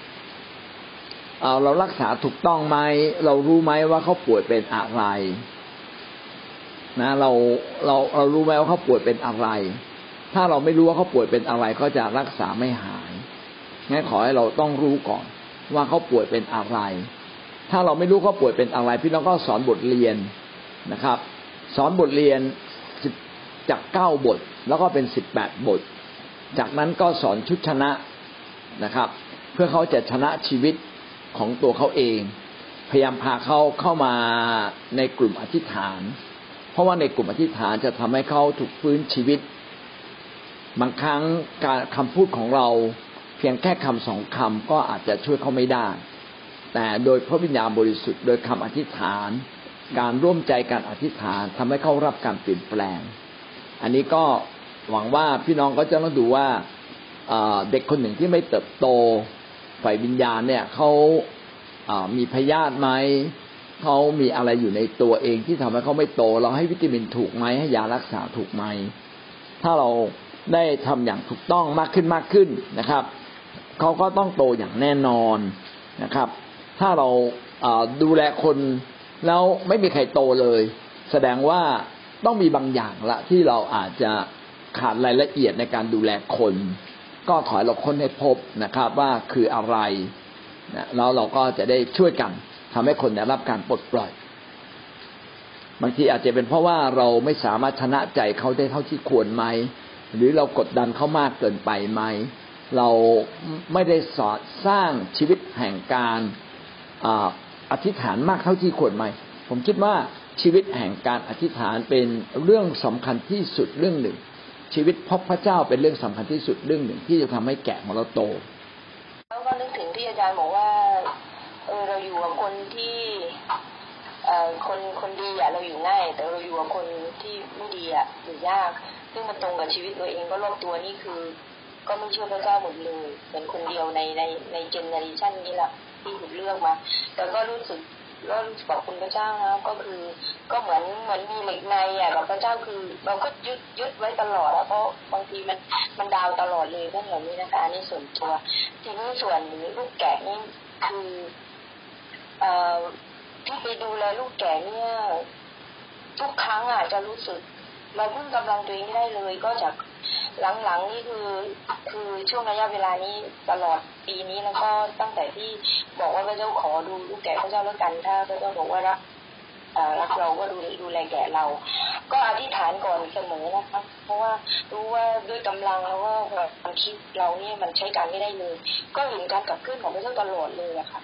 [SPEAKER 1] เรารักษาถูกต้องไหมเรารู้ไหมว่าเขาป่วยเป็นอะไรนะเราเราเรารู้ไหมว่าเขาป่วยเป็นอะไรถ้าเราไม่รู้ว่าเขาป่วยเป็นอะไรก็จะรักษาไม่หายงั้นขอให้เราต้องรู้ก่อนว่าเขาป่วยเป็นอะไรถ้าเราไม่รู้เขาป่วยเป็นอะไรพี่น้องก็สอนบทเรียนนะครับสอนบทเรียนจากเก้าบทแล้วก็เป็นสิบแปดบทจากนั้นก็สอนชุดชนะนะครับเพื่อเขาจะชนะชีวิตของตัวเขาเองพยายามพาเขาเข้ามาในกลุ่มอธิษฐานเพราะว่าในกลุ่มอธิษฐานจะทำให้เขาถูกฟื้นชีวิตบางครั้งการคำพูดของเราเพียงแค่คำสองคำก็อาจจะช่วยเขาไม่ได้แต่โดยพระวิญญาณบริสุทธิ์โดยคำอธิษฐานการร่วมใจการอธิษฐานทำให้เขารับการเปลี่ยนแปลงอันนี้ก็หวังว่าพี่น้องก็จะต้องดูว่าเด็กคนหนึ่งที่ไม่เติบโตฝ่ายวิญญาณเนี่ยเขามีพยาธิไหมเขามีอะไรอยู่ในตัวเองที่ทำให้เขาไม่โตเราให้วิตามินถูกไหมให้ยารักษาถูกไหมถ้าเราได้ทำอย่างถูกต้องมากขึ้นมากขึ้นนะครับเขาก็ต้องโตอย่างแน่นอนนะครับถ้าเราดูแลคนแล้วไม่มีใครโตเลยแสดงว่าต้องมีบางอย่างละที่เราอาจจะขาดรายละเอียดในการดูแลคนก็ขอให้เราค้นให้พบนะครับว่าคืออะไรนะแล้วเราก็จะได้ช่วยกันทำให้คนได้รับการปลดปล่อยบางทีอาจจะเป็นเพราะว่าเราไม่สามารถชนะใจเขาได้เท่าที่ควรไหมหรือเรากดดันเขามากเกินไปไหมเราไม่ได้สอดสร้างชีวิตแห่งการอธิษฐานมากเท่าที่ควรไหมผมคิดว่าชีวิตแห่งการอธิษฐานเป็นเรื่องสำคัญที่สุดเรื่องหนึ่งชีวิตพบพระเจ้าเป็นเรื่องสำคัญที่สุดเรื่องหนึ่งที่จะทำให้แกะของเราโต
[SPEAKER 2] แล้วก็นึกถึงที่อาจารย์บอกว่าเออเราอยู่กับคนที่เอ่อคนคนดีอ่ะเราอยู่ง่ายแต่เราอยู่กับคนที่ไม่ดีอ่ะอยู่ยากซึ่งมันตรงกับชีวิตตัวเองก็รอบตัวนี่คือก็ไม่เชื่อพระเจ้าหมดเลยเป็นคนเดียวในในในเจเนอเรชันนี้แหละที่ถูกเลือกมาแต่ก็รู้สึกก็ขอบคุณพระเจ้านะก็คือก็เหมือนเหมือนมีเหล็กในอ่ะกับพระเจ้าคือเราก็ยึดยึดไว้ตลอดแล้วเพราะบางทีมันมันดาวตลอดเลยก็เหมือนนี้นะคะอันนี้ส่วนตัวทีนี้ส่วนลูกแกะนี่คือเอ่อที่ไปดูแลลูกแกะเนี่ยทุกครั้งอ่ะจะรู้สึกเราเพิ่งกำลังตัวเองไม่ได้เลยก็จากหลังๆนี่คือคือช่วงระยะเวลานี้ตลอดปีนี้แล้วก็ตั้งแต่ที่บอกว่าพระเจ้าขอดูลูกแกะพระเจ้าแล้วกันถ้าพระเจ้าบอกว่ารักรักเราก็ดูดูแลแกะเราก็อธิษฐานก่อนเสมอนะคะเพราะว่ารู้ว่าด้วยกำลังแล้วก็ความคิดเราเนี่ยมันใช้การไม่ได้เลยก็เห็นการกลับขึ้นของพระเจ้าตลอดเลยอะค่ะ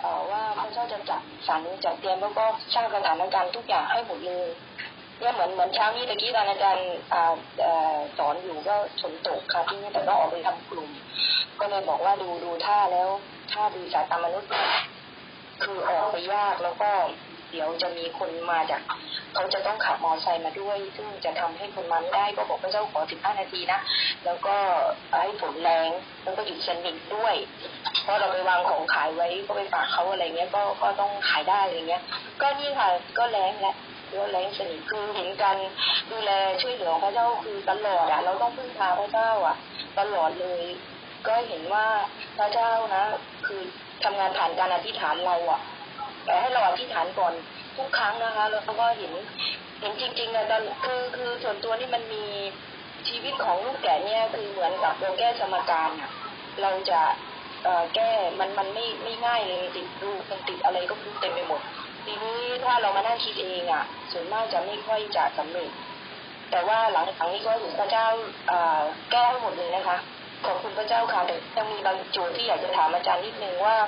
[SPEAKER 2] ว่าพระเจ้าจะจัดสรรจัดเตรียมแล้วก็สร้างสถานการณ์ทุกอย่างให้หมดเลยเนี่ยเหมือนเหมือนเช้านี้ตะกี้ตอนอาจารย์สอนอยู่ก็ฝนตกค่ะที่นี่แต่ก็ออกไปทำกลุ่มก็เลยบอกว่าดูดูท่าแล้วถ้าดูสายตามนุษย์คือออกไปยากแล้วก็เดี๋ยวจะมีคนมาจากเขาจะต้องขับมอเตอร์ไซค์มาด้วยซึ่งจะทำให้คนมาไม่ได้ก็บอกพระเจ้าขอสิบห้านาทีนะแล้วก็ให้ฝนแรงแล้วก็หยุดสนิทด้วยเพราะเราไปวางของขายไว้ก็ไปฝากเขาอะไรเงี้ยก็ก็ต้องขายได้อะไรเงี้ยก็นี่ค่ะก็แรงแหละก็แรงสนิทคือเห็นกันดูแลช่วยเหลือพระเจ้าคือตลอดอ่ะเราต้องพึ่งพาพระเจ้าอ่ะตลอดเลยก็เห็นว่าพระเจ้านะคือทำงานผ่านการอธิษฐานเราอ่ะแต่ให้เราอธิษฐานก่อนทุกครั้งนะคะแล้วก็เห็นเห็นจริงๆนะตอนคือคือส่วนตัวนี่มันมีชีวิตของลูกแก่เนี่ยคือเหมือนกับเราแก้สมการอ่ะเราจะเอ่อแก้มันมันไม่ไม่ง่ายเลยติดรูปมันติดอะไรก็รู้เต็มไปหมดทีนี้ถ้าเรามานั่งคิดเองอ่ะส่วนมากจะไม่ค่อยจะสำเร็จแต่ว่าหลังจากนี้ก็ถึงพระเจ้าแก้หมดเลยนะคะขอบคุณพระเจ้าค่ะแต่ยังมีบางจุดที่อยากจะถามอาจารย์นิดนึงว่า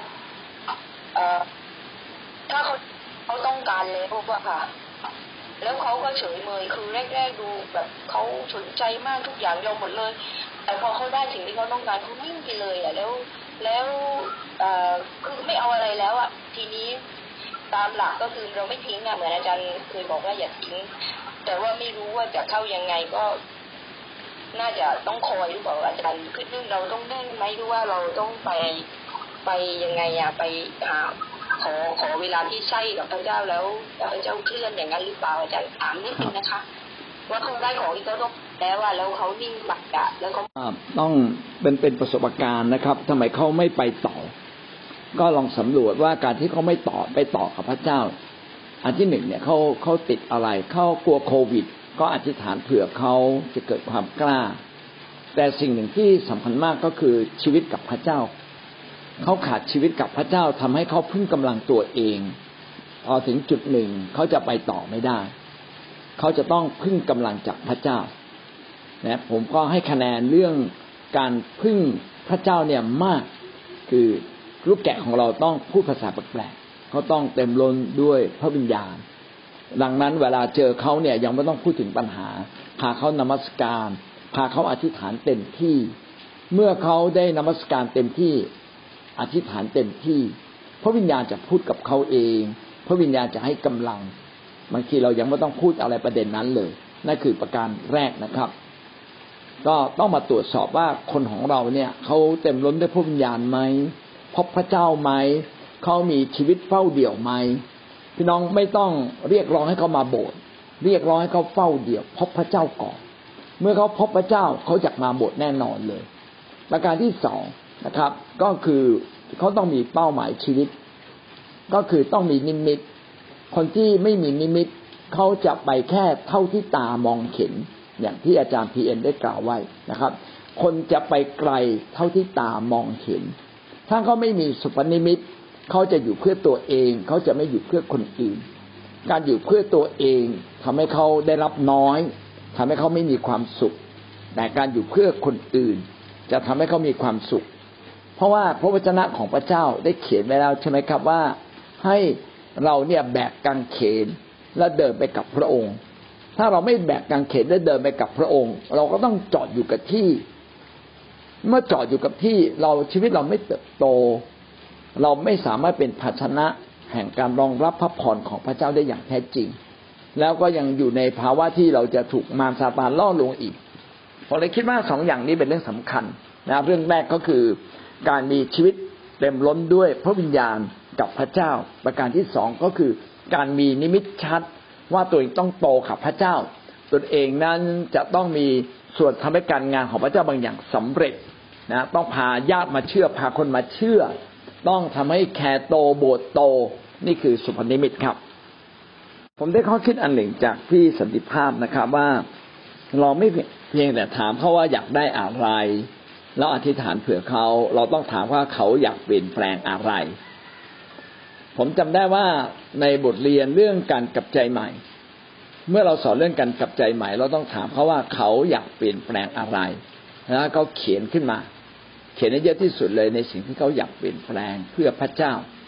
[SPEAKER 2] ถ้าเขาเขาต้องการเลยพวกว่าค่ะแล้วเขาก็เฉยเมยคือแรกๆดูแบบเขาสนใจมากทุกอย่างยอมหมดเลยแต่พอเขาได้สิ่งที่เขาต้องการเขานิ่งไปเลยอ่ะแล้วแล้วคือไม่เอาอะไรแล้วอ่ะทีนี้ตามหลักก็คือเราไม่ทิ้งอ่ะเหมือนอาจารย์เคยบอกว่าอย่าทิ้งแต่ว่าไม่รู้ว่าจะเข้ายังไงก็น่าจะต้องคอยหรือเปล่าอาจารย์คือนึ่งเราต้องนิ่งไหมหรือว่าเราต้องไปไปยังไงอ่ะไปหาขอขอเวลาที่ใช่กับพระเจ้าแล้วพระเจ้าเคลื่อนอย่างนั้นหรือเปล่าอาจารย์ถามนิดนึงนะคะว่าเขาได้ของที่เขาต้องแล้วว่าแล้วเขานิ่งปักกะแล้วเขา
[SPEAKER 1] ต้องเป็นเป็นประสบการณ์นะครับทำไมเขาไม่ไปต่อก็ลองสำรวจว่าการที่เขาไม่ต่อไปต่อกับพระเจ้าอันที่หนึ่งเนี่ยเขาเขาติดอะไรเขากลัวโควิดก็อธิษฐานเผื่อเขาจะเกิดความกล้าแต่สิ่งหนึ่งที่สำคัญมากก็คือชีวิตกับพระเจ้าเขาขาดชีวิตกับพระเจ้าทำให้เขาพึ่งกำลังตัวเองพอถึงจุดหนึ่งเขาจะไปต่อไม่ได้เขาจะต้องพึ่งกำลังจากพระเจ้านะผมก็ให้คะแนนเรื่องการพึ่งพระเจ้าเนี่ยมากคือลูกแกะของเราต้องพูดภาษาแปลกๆเขาต้องเต็มล้นด้วยพระวิญญาณดังนั้นเวลาเจอเขาเนี่ยยังไม่ต้องพูดถึงปัญหาพาเขานมัสการพาเขาอธิษฐานเต็มที่เมื่อเขาได้นมัสการเต็มที่อธิษฐานเต็มที่พระวิญญาณจะพูดกับเขาเองพระวิญญาณจะให้กำลังบางทีเรายังไม่ต้องพูดอะไรประเด็นนั้นเลยนั่นคือประการแรกนะครับก็ต้องมาตรวจสอบว่าคนของเราเนี่ยเขาเต็มล้นด้วยพระวิญญาณไหมพบพระเจ้าไหมเขามีชีวิตเฝ้าเดี่ยวไหมพี่น้องไม่ต้องเรียกร้องให้เขามาโบสถ์เรียกร้องให้เขาเฝ้าเดี่ยวพบพระเจ้าก่อนเมื่อเขาพบพระเจ้าเขาจะมาโบสถ์แน่นอนเลยประการที่สองนะครับก็คือเขาต้องมีเป้าหมายชีวิตก็คือต้องมีนิมิตคนที่ไม่มีนิมิตเขาจะไปแค่เท่าที่ตามองเห็นอย่างที่อาจารย์พีเอ็นได้กล่าวไว้นะครับคนจะไปไกลเท่าที่ตามองเห็นถ้าเขาไม่มีสุปนิมิตเขาจะอยู่เพื่อตัวเองเขาจะไม่อยู่เพื่อคนอื่นการอยู่เพื่อตัวเองทำให้เขาได้รับน้อยทำให้เขาไม่มีความสุขแต่การอยู่เพื่อคนอื่นจะทำให้เขามีความสุขเพราะว่าพระวจนะของพระเจ้าได้เขียนไว้แล้วใช่ไหมครับว่าให้เราเนี่ยแบกกางเขนและเดินไปกับพระองค์ถ้าเราไม่แบกกางเขนและเดินไปกับพระองค์เราก็ต้องจอดอยู่กับที่เมื่อจอดอยู่กับที่เราชีวิตเราไม่เติบโตเราไม่สามารถเป็นภาชนะแห่งการรองรับพระพรของพระเจ้าได้อย่างแท้จริงแล้วก็ยังอยู่ในภาวะที่เราจะถูกมารซาตานล่อลวงอีกผมเลยคิดว่าสองอย่างนี้เป็นเรื่องสำคัญนะเรื่องแรกก็คือการมีชีวิตเต็มล้นด้วยพระวิญญาณกับพระเจ้าประการที่สองก็คือการมีนิมิตชัดว่าตัวเองต้องโตกับพระเจ้าตนเองนั้นจะต้องมีส่วนทำให้การงานของพระเจ้าบางอย่างสำเร็จนะต้องพาญาติมาเชื่อพาคนมาเชื่อต้องทำให้แคร์โตโบสถ์โตนี่คือสุพนิมิตครับผมได้ข้อคิดอันหนึ่งจากพี่สันติภาพนะครับว่าเราไม่เพียงแต่ถามเขาว่าอยากได้อะไรแล้วอธิษฐานเผื่อเขาเราต้องถามว่าเขาอยากเปลี่ยนแปลงอะไรผมจำได้ว่าในบทเรียนเรื่องการกลับใจใหม่เมื่อเราสอนเรื่องการกลับใจใหม่เราต้องถามเขาว่าเขาอยากเปลี่ยนแปลงอะไรแล้วเขาเขียนขึ้นมาเขียนให้เยอะที่สุดเลยในสิ่งที่เขาอยากเปลี่ยนแปลงเพื่อพระเจ้า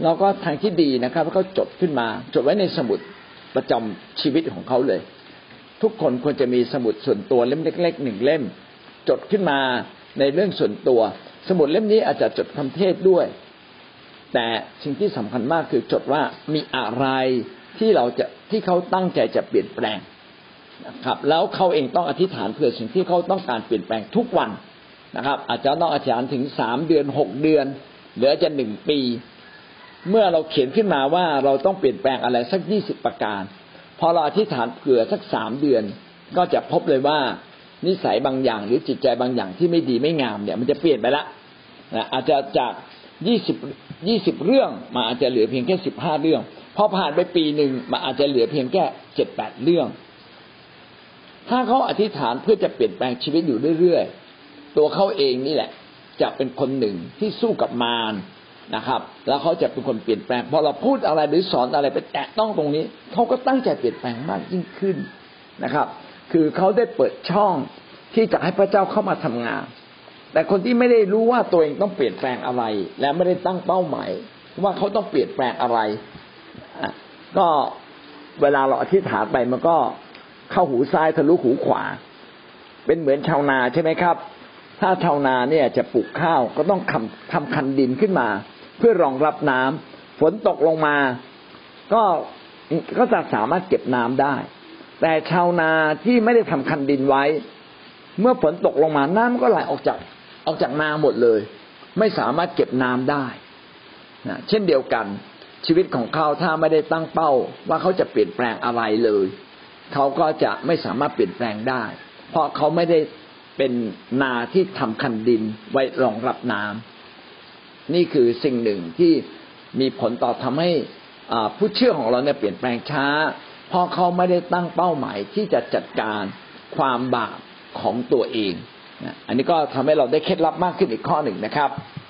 [SPEAKER 1] เราก็ทางที่ดีนะครับเขาจดขึ้นมาจดไว้ในสมุดประจำชีวิตของเขาเลยทุกคนควรจะมีสมุดส่วนตัวเล่มเล็กๆหนึ่งเล่มจดขึ้นมาในเรื่องส่วนตัวสมุดเล่มนี้อาจจะจดคำเทศด้วยแต่สิ่งที่สำคัญมากคือจดว่ามีอะไรที่เราจะที่เขาตั้งใจจะเปลี่ยนแปลงนะครับแล้วเขาเองต้องอธิษฐานเพื่อสิ่งที่เขาต้องการเปลี่ยนแปลงทุกวันนะครับอาจจะต้องอธิษฐานถึงสามเดือนหกเดือนหรืออาจจะหนึ่งปีเมื่อเราเขียนขึ้นมาว่าเราต้องเปลี่ยนแปลงอะไรสักยี่สิบประการพอเราอธิษฐานเผื่อสักสามเดือนก็จะพบเลยว่านิสัยบางอย่างหรือจิตใจบางอย่างที่ไม่ดีไม่งามเนี่ยมันจะเปลี่ยนไปละนะอาจจะจากยี่สิบ ยี่สิบเรื่องมาอาจจะเหลือเพียงแค่สิบห้าเรื่องพอผ่านไปปีนึงมันอาจจะเหลือเพียงแค่เจ็ดแปดเรื่องถ้าเขาอธิษฐานเพื่อจะเปลี่ยนแปลงชีวิตอยู่เรื่อยๆตัวเขาเองนี่แหละจะเป็นคนหนึ่งที่สู้กับมารนะครับแล้วเขาจะเป็นคนเปลี่ยนแปลงพอเราพูดอะไรหรือสอนอะไรไปแตะต้องตรงนี้เขาก็ตั้งใจเปลี่ยนแปลงมากยิ่งขึ้นนะครับคือเขาได้เปิดช่องที่จะให้พระเจ้าเข้ามาทำงานแต่คนที่ไม่ได้รู้ว่าตัวเองต้องเปลี่ยนแปลงอะไรและไม่ได้ตั้งเป้าหมายว่าเขาต้องเปลี่ยนแปลงอะไรก็เวลาเราอธิษฐานไปมันก็เข้าหูซ้ายทะลุหูขวาเป็นเหมือนชาวนาใช่ไหมครับถ้าชาวนาเนี่ยจะปลูกข้าวก็ต้องทำทำคันดินขึ้นมาเพื่อรองรับน้ำฝนตกลงมาก็ก็จะสามารถเก็บน้ำได้แต่ชาวนาที่ไม่ได้ทำคันดินไว้เมื่อฝนตกลงมาน้ำก็ไหลออกจากออกจากนาหมดเลยไม่สามารถเก็บน้ำได้นะเช่นเดียวกันชีวิตของเขาถ้าไม่ได้ตั้งเป้าว่าเขาจะเปลี่ยนแปลงอะไรเลยเขาก็จะไม่สามารถเปลี่ยนแปลงได้เพราะเขาไม่ได้เป็นนาที่ทำคันดินไว้รองรับน้ำนี่คือสิ่งหนึ่งที่มีผลต่อทำให้ผู้เชื่อของเราเนี่ยเปลี่ยนแปลงช้าเพราะเขาไม่ได้ตั้งเป้าหมายที่จะจัดการความบาปของตัวเองอันนี้ก็ทำให้เราได้เคล็ดลับมากขึ้นอีกข้อหนึ่งนะครับ